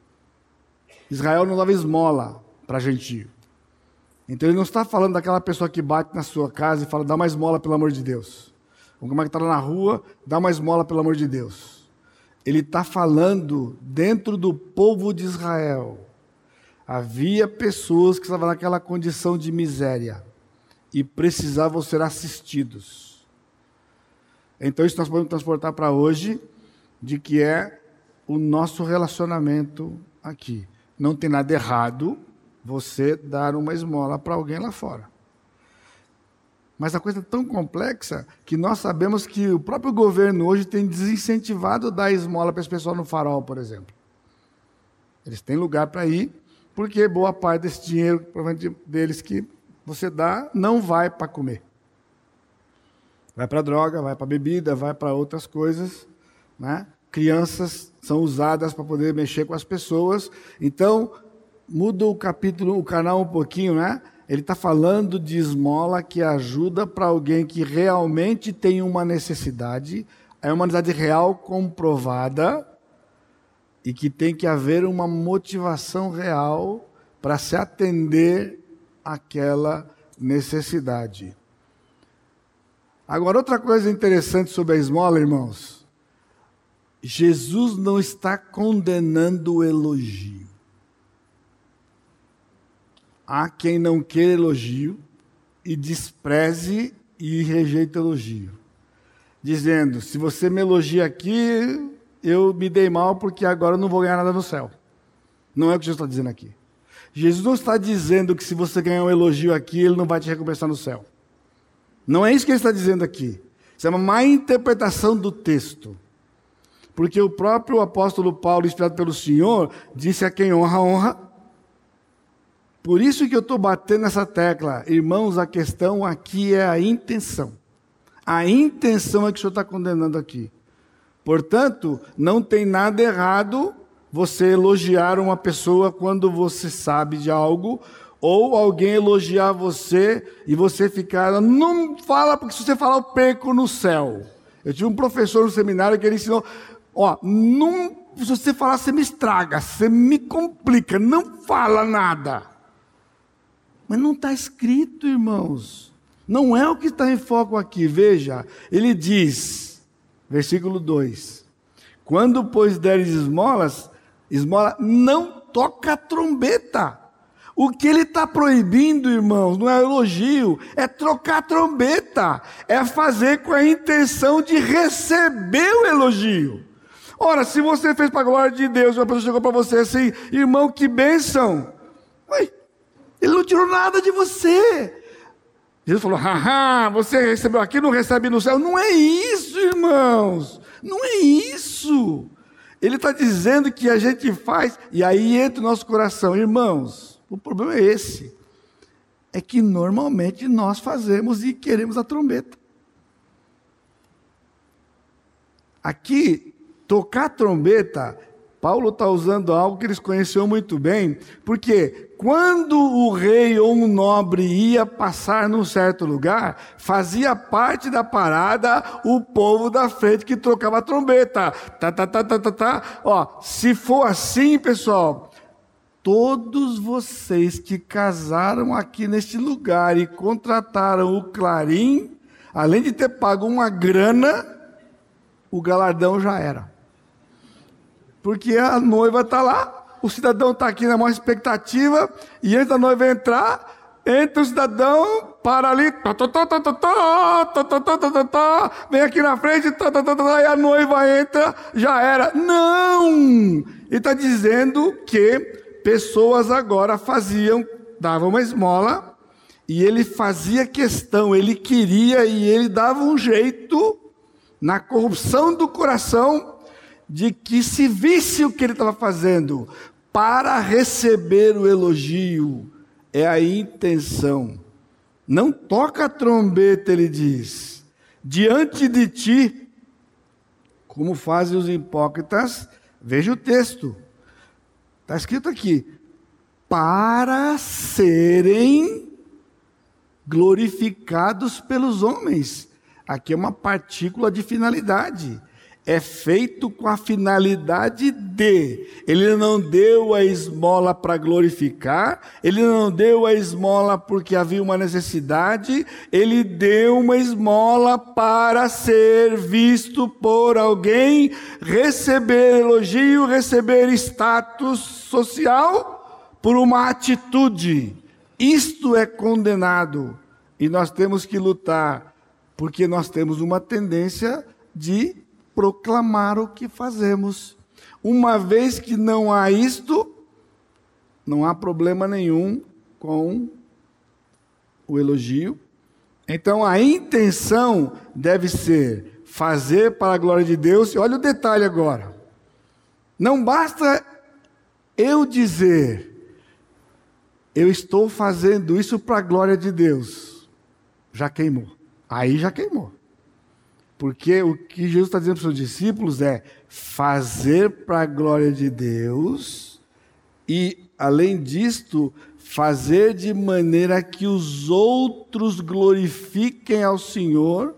Israel não dava esmola para gentio. Então ele não está falando daquela pessoa que bate na sua casa e fala, dá uma esmola pelo amor de Deus. Ou como é que está lá na rua, dá uma esmola pelo amor de Deus. Ele está falando dentro do povo de Israel. Havia pessoas que estavam naquela condição de miséria. e precisavam ser assistidos. Então isso nós podemos transportar para hoje, de que é o nosso relacionamento aqui. Não tem nada errado você dar uma esmola para alguém lá fora. Mas a coisa é tão complexa que nós sabemos que o próprio governo hoje tem desincentivado dar esmola para esse pessoal no farol, por exemplo. Eles têm lugar para ir, porque boa parte desse dinheiro provavelmente deles que você dá não vai para comer. Vai para droga, vai para bebida, vai para outras coisas, né? Crianças são usadas para poder mexer com as pessoas. Então, muda o capítulo, o canal um pouquinho, né? Ele está falando de esmola que ajuda para alguém que realmente tem uma necessidade, é uma necessidade real comprovada, e que tem que haver uma motivação real para se atender àquela necessidade. Agora, outra coisa interessante sobre a esmola, irmãos. Jesus não está condenando o elogio. Há quem não queira elogio e despreze e rejeita elogio. Dizendo, se você me elogia aqui, eu me dei mal porque agora eu não vou ganhar nada no céu. Não é o que Jesus está dizendo aqui. Jesus não está dizendo que se você ganhar um elogio aqui, ele não vai te recompensar no céu. Não é isso que ele está dizendo aqui. Isso é uma má interpretação do texto. Porque o próprio apóstolo Paulo, inspirado pelo Senhor, disse a quem honra, honra. Por isso que eu estou batendo nessa tecla. Irmãos, a questão aqui é a intenção. A intenção é que o Senhor está condenando aqui. Portanto, não tem nada errado você elogiar uma pessoa quando você sabe de algo, ou alguém elogiar você e você ficar, não fala, porque se você falar eu perco no céu. Eu tive um professor no seminário que ele ensinou, ó, não, se você falar você me estraga, você me complica, não fala nada. Mas não está escrito, irmãos. Não é o que está em foco aqui. Veja, ele diz, versículo dois. Quando, pois, deres esmolas, esmola, não toca a trombeta. O que ele está proibindo, irmãos, não é elogio, é trocar a trombeta. É fazer com a intenção de receber o elogio. Ora, se você fez para a glória de Deus, uma pessoa chegou para você assim, irmão, que bênção. Ué, ele não tirou nada de você. Jesus falou, haha, você recebeu aqui, não recebe no céu. Não é isso, irmãos. Não é isso. Ele está dizendo que a gente faz, e aí entra o nosso coração. Irmãos, o problema é esse. É que normalmente nós fazemos e queremos a trombeta. Aqui, tocar a trombeta, Paulo está usando algo que eles conheciam muito bem, porque quando o rei ou um nobre ia passar num certo lugar, fazia parte da parada o povo da frente que trocava a trombeta. Tá, tá, tá, tá, tá, tá. Ó, se for assim, pessoal, todos vocês que casaram aqui neste lugar e contrataram o Clarim, além de ter pago uma grana, o galardão já era. Porque a noiva está lá, o cidadão está aqui na maior expectativa, e antes da noiva entrar, entra o cidadão, para ali, tá, tá, tá, tá, tá, tá, tá, tá, tá, tá, tá, vem aqui na frente, tá, tá, tá, tá, e a noiva entra, já era. Não! Ele está dizendo que pessoas agora faziam, davam uma esmola, e ele fazia questão, ele queria, e ele dava um jeito, na corrupção do coração, de que se visse o que ele estava fazendo, para receber o elogio, é a intenção. Não toca a trombeta, ele diz, diante de ti, como fazem os hipócritas, veja o texto, está escrito aqui, para serem glorificados pelos homens. Aqui é uma partícula de finalidade. É feito com a finalidade de. Ele não deu a esmola para glorificar, ele não deu a esmola porque havia uma necessidade, ele deu uma esmola para ser visto por alguém, receber elogio, receber status social por uma atitude. Isto é condenado. E nós temos que lutar, porque nós temos uma tendência de proclamar o que fazemos. Uma vez que não há isto, não há problema nenhum com o elogio. Então a intenção deve ser fazer para a glória de Deus. E olha o detalhe agora. Não basta eu dizer, eu estou fazendo isso para a glória de Deus. Já queimou. Aí já queimou. Porque o que Jesus está dizendo para os seus discípulos é fazer para a glória de Deus e, além disto, fazer de maneira que os outros glorifiquem ao Senhor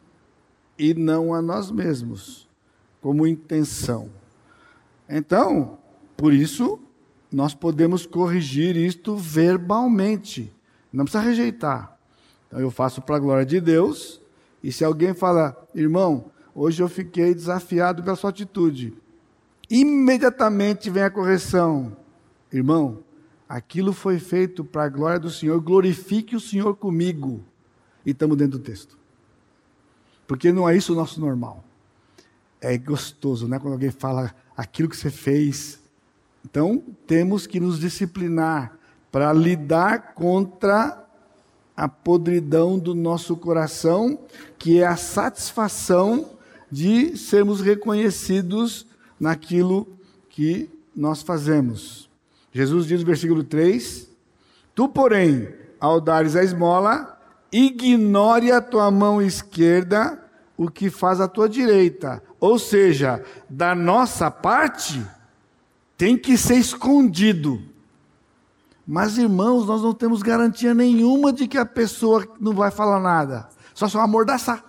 e não a nós mesmos, como intenção. Então, por isso, nós podemos corrigir isto verbalmente. Não precisa rejeitar. Então, eu faço para a glória de Deus. E se alguém fala, irmão, hoje eu fiquei desafiado pela sua atitude. Imediatamente vem a correção. Irmão, aquilo foi feito para a glória do Senhor, glorifique o Senhor comigo. E estamos dentro do texto. Porque não é isso o nosso normal. É gostoso, né? Quando alguém fala aquilo que você fez. Então, temos que nos disciplinar para lidar contra a podridão do nosso coração, que é a satisfação de sermos reconhecidos naquilo que nós fazemos. Jesus diz no versículo três, tu, porém, ao dares a esmola, ignore a tua mão esquerda o que faz a tua direita. Ou seja, da nossa parte, tem que ser escondido. Mas, irmãos, nós não temos garantia nenhuma de que a pessoa não vai falar nada. Só se amordaçar.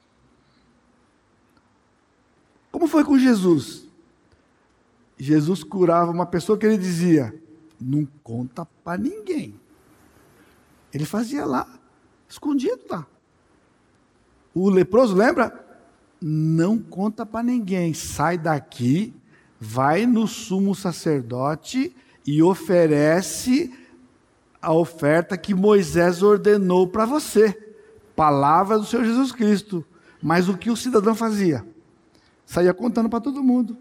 Como foi com Jesus? Jesus curava uma pessoa que ele dizia, não conta para ninguém. Ele fazia lá, escondido lá. O leproso, lembra? Não conta para ninguém. Sai daqui, vai no sumo sacerdote e oferece a oferta que Moisés ordenou para você. Palavra do Senhor Jesus Cristo. Mas o que o cidadão fazia? Saía contando para todo mundo.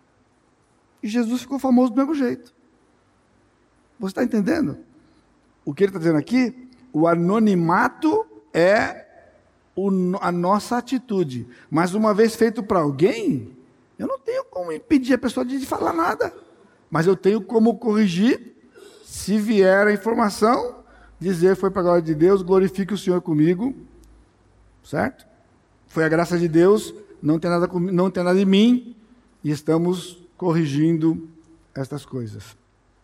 E Jesus ficou famoso do mesmo jeito. Você está entendendo? O que ele está dizendo aqui? O anonimato é o, a nossa atitude. Mas uma vez feito para alguém, eu não tenho como impedir a pessoa de falar nada. Mas eu tenho como corrigir, se vier a informação, dizer foi para a glória de Deus, glorifique o Senhor comigo, certo? Foi a graça de Deus, não tem nada, não tem nada em mim, e estamos corrigindo estas coisas.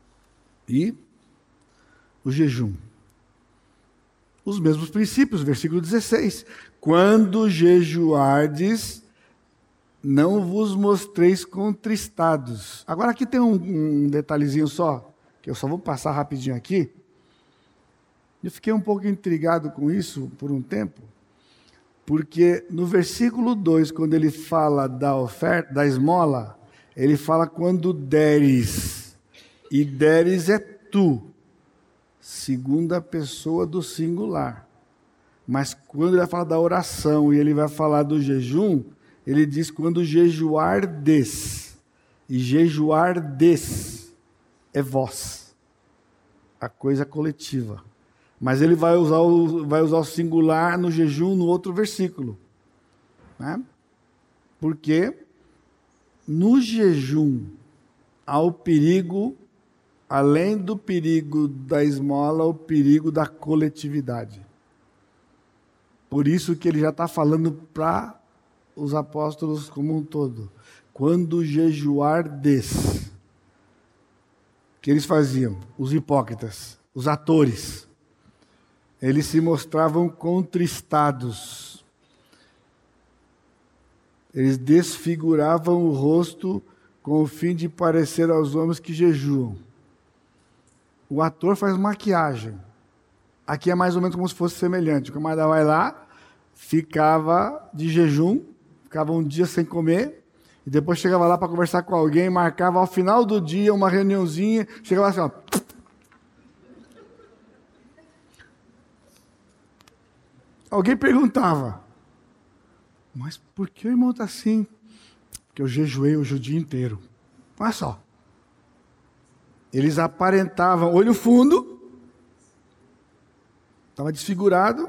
E o jejum. Os mesmos princípios, versículo dezesseis. Quando jejuardes, não vos mostreis contristados. Agora aqui tem um, um detalhezinho só, que eu só vou passar rapidinho aqui. Eu fiquei um pouco intrigado com isso por um tempo, porque no versículo dois, quando ele fala da oferta, da esmola, ele fala quando deres, e deres é tu, segunda pessoa do singular. Mas quando ele vai falar da oração e ele vai falar do jejum, ele diz quando jejuardes, e jejuardes é vós, a coisa coletiva. Mas ele vai usar o, vai usar o singular no jejum no outro versículo. Né? Porque no jejum há o perigo, além do perigo da esmola, o perigo da coletividade. Por isso que ele já está falando para os apóstolos como um todo. Quando jejuardes, que eles faziam? Os hipócritas, os atores. Eles se mostravam contristados. Eles desfiguravam o rosto com o fim de parecer aos homens que jejuam. O ator faz maquiagem. Aqui é mais ou menos como se fosse semelhante. O camarada vai lá, ficava de jejum, ficava um dia sem comer, e depois chegava lá para conversar com alguém, marcava ao final do dia uma reuniãozinha, chegava assim, ó. alguém perguntava, mas por que o irmão está assim? Porque eu jejuei hoje o dia inteiro. Olha só. Eles aparentavam olho fundo, estava desfigurado,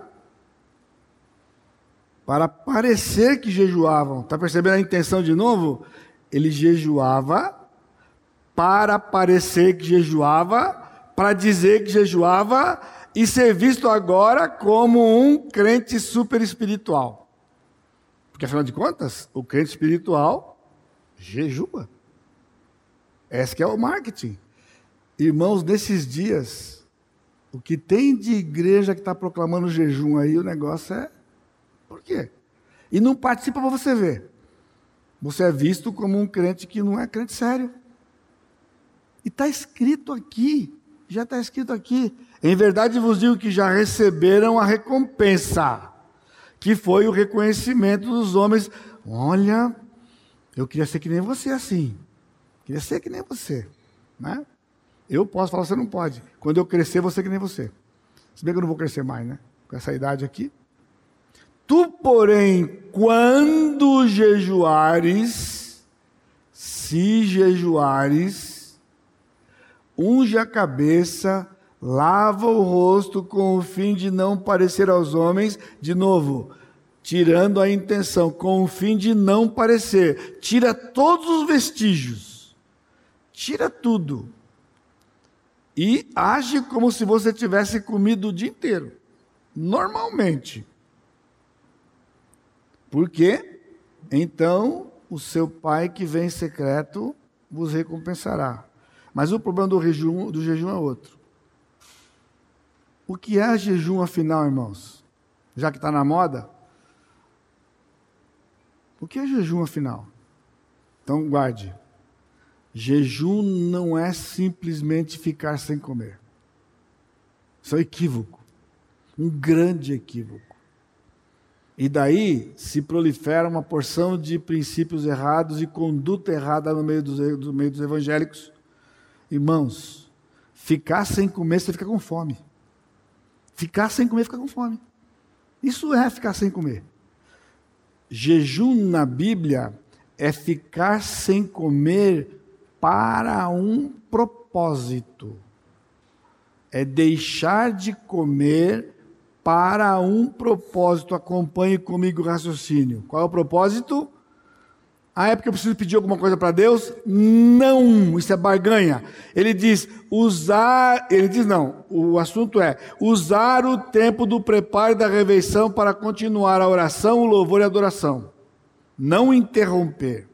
para parecer que jejuavam. Está percebendo a intenção de novo? Ele jejuava para parecer que jejuava, para dizer que jejuava e ser visto agora como um crente super espiritual. Porque afinal de contas, o crente espiritual jejua. Esse que é o marketing. Irmãos, nesses dias, o que tem de igreja que está proclamando jejum aí, o negócio é... Por quê? E não participa para você ver. Você é visto como um crente que não é crente sério. E está escrito aqui, já está escrito aqui. Em verdade vos digo que já receberam a recompensa, que foi o reconhecimento dos homens. Olha, eu queria ser que nem você assim. Queria ser que nem você, né? Eu posso falar, você não pode. Quando eu crescer, vou ser que nem você. Se bem que eu não vou crescer mais, né? Com essa idade aqui. Tu, porém, quando jejuares, se jejuares, unge a cabeça, lava o rosto com o fim de não parecer aos homens, de novo, tirando a intenção, com o fim de não parecer. Tira todos os vestígios, tira tudo. E age como se você tivesse comido o dia inteiro, normalmente. Porque então o seu pai que vem em secreto vos recompensará. Mas o problema do jejum, do jejum é outro. O que é jejum afinal, irmãos? Já que está na moda? O que é jejum afinal? Então guarde. Jejum não é simplesmente ficar sem comer. Isso é um equívoco. Um grande equívoco. E daí se prolifera uma porção de princípios errados e conduta errada no meio dos, no meio dos evangélicos. Irmãos, ficar sem comer, você fica com fome. Ficar sem comer, fica com fome. Isso é ficar sem comer. Jejum na Bíblia é ficar sem comer para um propósito. É deixar de comer para um propósito. Acompanhe comigo o raciocínio. Qual é o propósito? Ah, é porque eu preciso pedir alguma coisa para Deus? Não, isso é barganha. Ele diz, usar, ele diz não, o assunto é, usar o tempo do preparo da refeição para continuar a oração, o louvor e a adoração. Não interromper.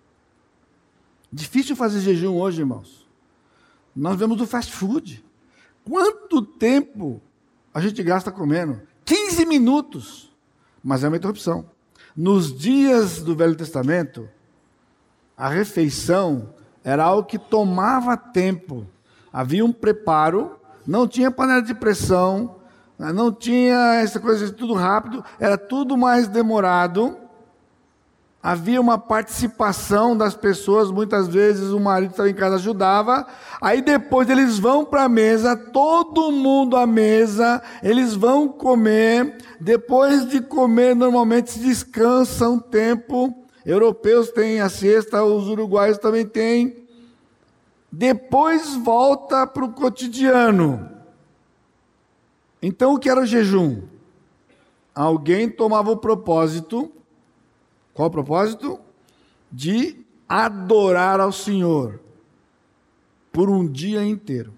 Difícil fazer jejum hoje, irmãos. Nós vemos o fast food. Quanto tempo a gente gasta comendo? quinze minutos. Mas é uma interrupção. Nos dias do Velho Testamento, a refeição era algo que tomava tempo. Havia um preparo, não tinha panela de pressão, não tinha essa coisa de tudo rápido, era tudo mais demorado. Havia uma participação das pessoas, muitas vezes o marido estava em casa, ajudava, aí depois eles vão para a mesa, todo mundo à mesa, eles vão comer, depois de comer normalmente se descansa um tempo, europeus têm a siesta, os uruguaios também têm, depois volta para o cotidiano. Então o que era o jejum? Alguém tomava o propósito. Qual o propósito? De adorar ao Senhor por um dia inteiro.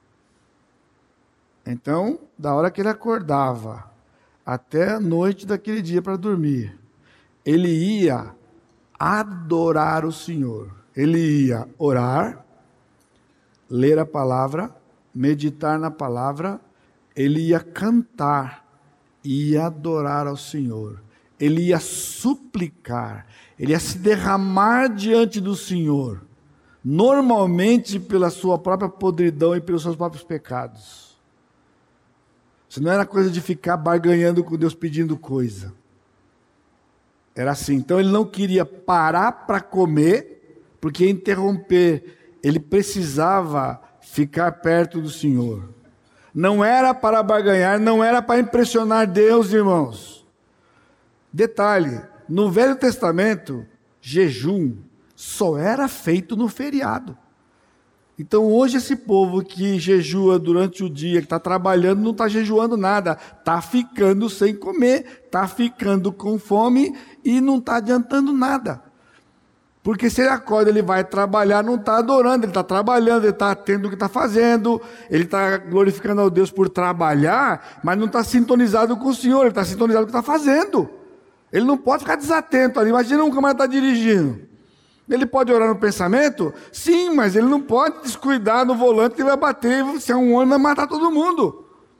Então, da hora que ele acordava até a noite daquele dia para dormir, ele ia adorar o Senhor. Ele ia orar, ler a palavra, meditar na palavra, ele ia cantar, ia adorar ao Senhor. Ele ia suplicar, ele ia se derramar diante do Senhor, normalmente pela sua própria podridão e pelos seus próprios pecados. Isso não era coisa de ficar barganhando com Deus pedindo coisa. Era assim. Então ele não queria parar para comer, porque ia interromper. Ele precisava ficar perto do Senhor. Não era para barganhar, não era para impressionar Deus, irmãos. Detalhe, no Velho Testamento, jejum só era feito no feriado. Então hoje esse povo que jejua durante o dia, que está trabalhando, não está jejuando nada, está ficando sem comer, está ficando com fome e não está adiantando nada. Porque se ele acorda, ele vai trabalhar, não está adorando, ele está trabalhando, ele está atento ao que está fazendo, ele está glorificando ao Deus por trabalhar, mas não está sintonizado com o Senhor, ele está sintonizado com o que está fazendo. Ele não pode ficar desatento ali. Imagina um camarada está dirigindo. Ele pode orar no pensamento? Sim, mas ele não pode descuidar no volante que vai bater, se é um homem, vai matar todo mundo.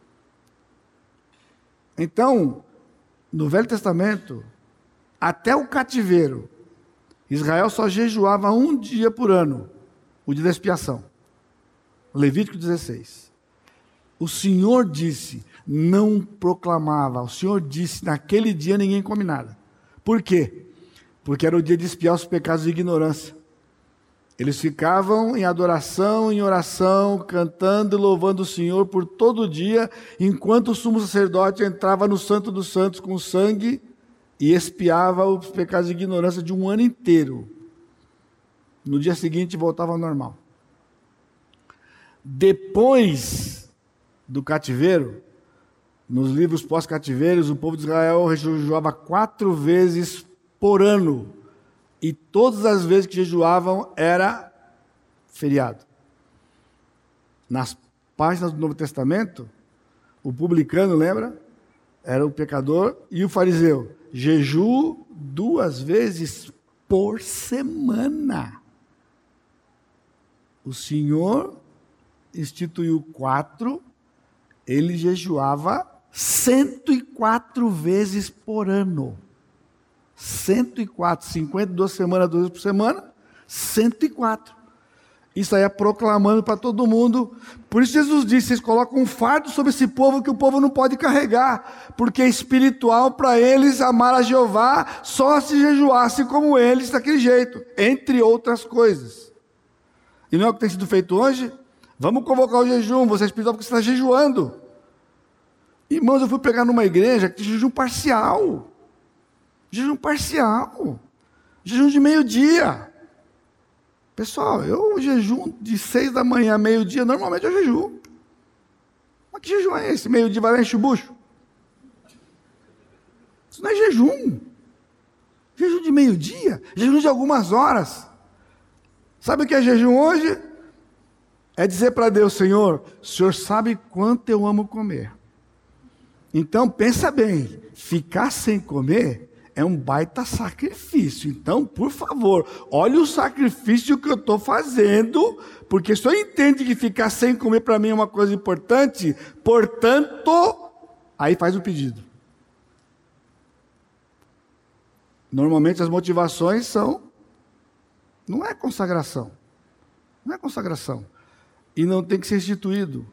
Então, no Velho Testamento, até o cativeiro, Israel só jejuava um dia por ano, o dia da expiação. Levítico dezesseis. O Senhor disse, não proclamava, o Senhor disse, naquele dia ninguém come nada. Por quê? Porque era o dia de expiar os pecados de ignorância. Eles ficavam em adoração, em oração, cantando e louvando o Senhor por todo o dia, enquanto o sumo sacerdote entrava no Santo dos Santos com sangue e expiava os pecados de ignorância de um ano inteiro. No dia seguinte voltava ao normal. Depois do cativeiro, nos livros pós-cativeiros, o povo de Israel jejuava quatro vezes por ano. E todas as vezes que jejuavam era feriado. Nas páginas do Novo Testamento, o publicano, lembra? Era o pecador e o fariseu. Jejuo duas vezes por semana. O Senhor instituiu quatro, ele jejuava cento e quatro vezes por ano. cento e quatro, cinquenta e duas semanas, duas vezes por semana, cento e quatro. Isso aí é proclamando para todo mundo. Por isso Jesus disse, vocês colocam um fardo sobre esse povo que o povo não pode carregar, porque é espiritual para eles amar a Jeová só se jejuasse como eles, daquele jeito, entre outras coisas. E não é o que tem sido feito hoje? Vamos convocar o jejum, você é espiritual porque você está jejuando. Irmãos, eu fui pegar numa igreja que tem jejum parcial. Jejum parcial. Jejum de meio-dia. Pessoal, eu jejum de seis da manhã a meio-dia, normalmente eu jejuo. Mas que jejum é esse? Meio-dia vai lá e enche o bucho? Isso não é jejum. Jejum de meio-dia, jejum de algumas horas. Sabe o que é jejum hoje? É dizer para Deus, Senhor, o Senhor sabe quanto eu amo comer. Então, pensa bem, ficar sem comer é um baita sacrifício. Então, por favor, olhe o sacrifício que eu estou fazendo, porque o Senhor entende que ficar sem comer para mim é uma coisa importante, portanto, aí faz o pedido. Normalmente as motivações são, não é consagração, não é consagração, e não tem que ser instituído.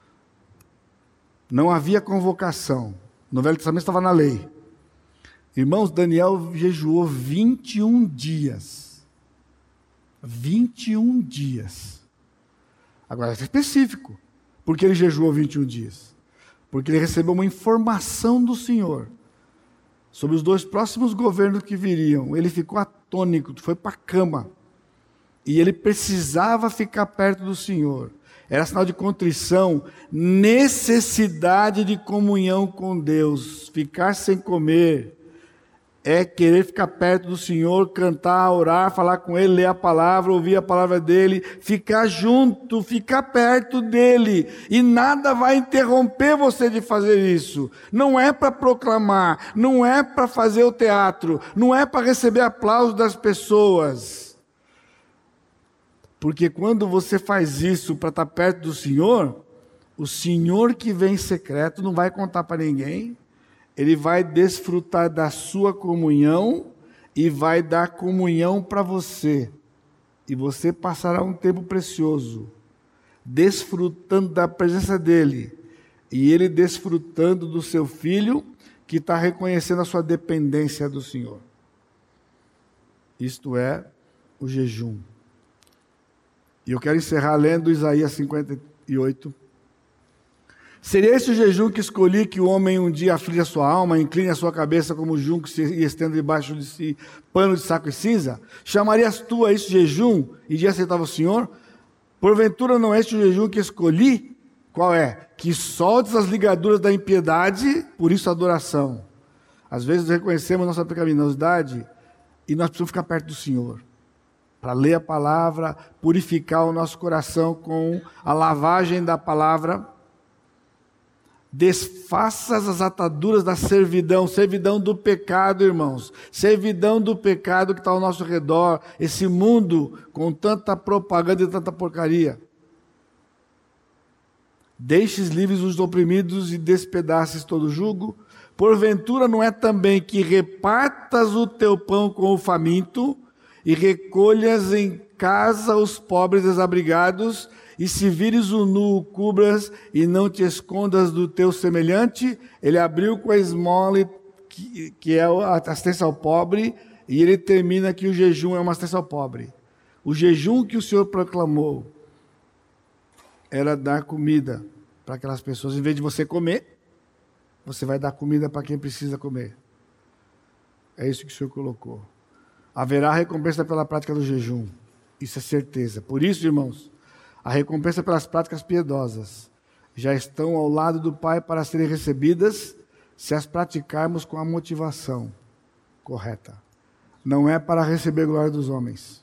Não havia convocação. No Velho Testamento estava na lei. Irmãos, Daniel jejuou vinte e um dias. vinte e um dias. Agora, é específico. Por que ele jejuou vinte e um dias? Porque ele recebeu uma informação do Senhor sobre os dois próximos governos que viriam. Ele ficou atônito, foi para a cama. E ele precisava ficar perto do Senhor. Era sinal de contrição, necessidade de comunhão com Deus. Ficar sem comer é querer ficar perto do Senhor, cantar, orar, falar com Ele, ler a palavra, ouvir a palavra dEle, ficar junto, ficar perto dEle. E nada vai interromper você de fazer isso. Não é para proclamar, não é para fazer o teatro, não é para receber aplausos das pessoas. Porque quando você faz isso para estar perto do Senhor, o Senhor que vem em secreto não vai contar para ninguém, Ele vai desfrutar da sua comunhão e vai dar comunhão para você. E você passará um tempo precioso, desfrutando da presença dEle, e Ele desfrutando do seu Filho, que está reconhecendo a sua dependência do Senhor. Isto é o jejum. E eu quero encerrar lendo Isaías cinquenta e oito. Seria esse o jejum que escolhi, que o homem um dia aflige a sua alma, incline a sua cabeça como junco e estenda debaixo de si pano de saco e cinza? Chamarias tu a isso jejum e de aceitar o Senhor? Porventura não é este o jejum que escolhi? Qual é? Que soltes as ligaduras da impiedade, por isso a adoração. Às vezes reconhecemos nossa pecaminosidade e nós precisamos ficar perto do Senhor, para ler a palavra, purificar o nosso coração com a lavagem da palavra. Desfaças as ataduras da servidão, servidão do pecado, irmãos, servidão do pecado que está ao nosso redor, esse mundo com tanta propaganda e tanta porcaria. Deixes livres os oprimidos e despedaces todo jugo. Porventura não é também que repartas o teu pão com o faminto e recolhas em casa os pobres desabrigados, e se vires o nu, o cubras e não te escondas do teu semelhante? Ele abriu com a esmola, que, que é a assistência ao pobre, e ele termina que o jejum é uma assistência ao pobre. O jejum que o Senhor proclamou era dar comida para aquelas pessoas. Em vez de você comer, você vai dar comida para quem precisa comer. É isso que o Senhor colocou. Haverá recompensa pela prática do jejum. Isso é certeza. Por isso, irmãos, a recompensa pelas práticas piedosas já estão ao lado do Pai para serem recebidas se as praticarmos com a motivação correta. Não é para receber a glória dos homens.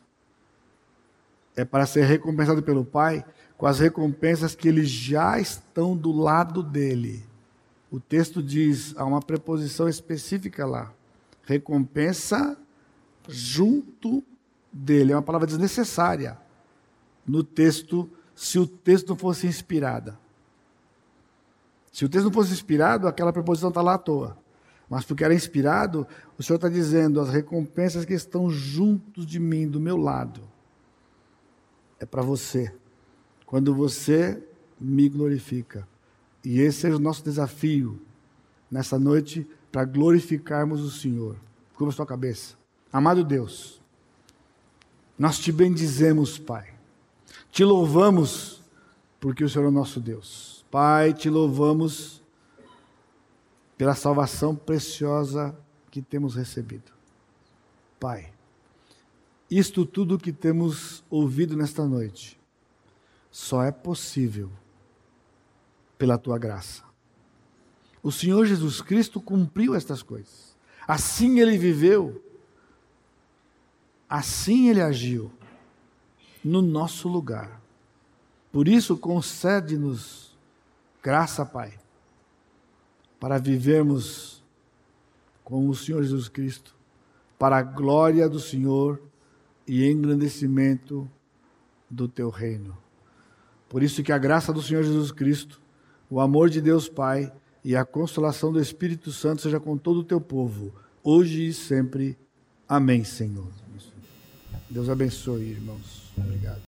É para ser recompensado pelo Pai com as recompensas que eles já estão do lado dele. O texto diz, há uma preposição específica lá. Recompensa junto dele. É uma palavra desnecessária no texto, se o texto não fosse inspirado. Se o texto não fosse inspirado, aquela preposição está lá à toa. Mas porque era inspirado, o Senhor está dizendo, as recompensas que estão juntos de mim, do meu lado, é para você. Quando você me glorifica. E esse é o nosso desafio nessa noite, para glorificarmos o Senhor. Curva a sua cabeça. Amado Deus, nós te bendizemos, Pai. Te louvamos, porque o Senhor é o nosso Deus. Pai, te louvamos pela salvação preciosa que temos recebido. Pai, isto tudo que temos ouvido nesta noite, só é possível pela Tua graça. O Senhor Jesus Cristo cumpriu estas coisas. Assim Ele viveu, assim Ele agiu, no nosso lugar. Por isso, concede-nos graça, Pai, para vivermos com o Senhor Jesus Cristo, para a glória do Senhor e engrandecimento do Teu reino. Por isso que a graça do Senhor Jesus Cristo, o amor de Deus Pai e a consolação do Espírito Santo seja com todo o Teu povo, hoje e sempre. Amém, Senhor. Deus abençoe, irmãos. Obrigado.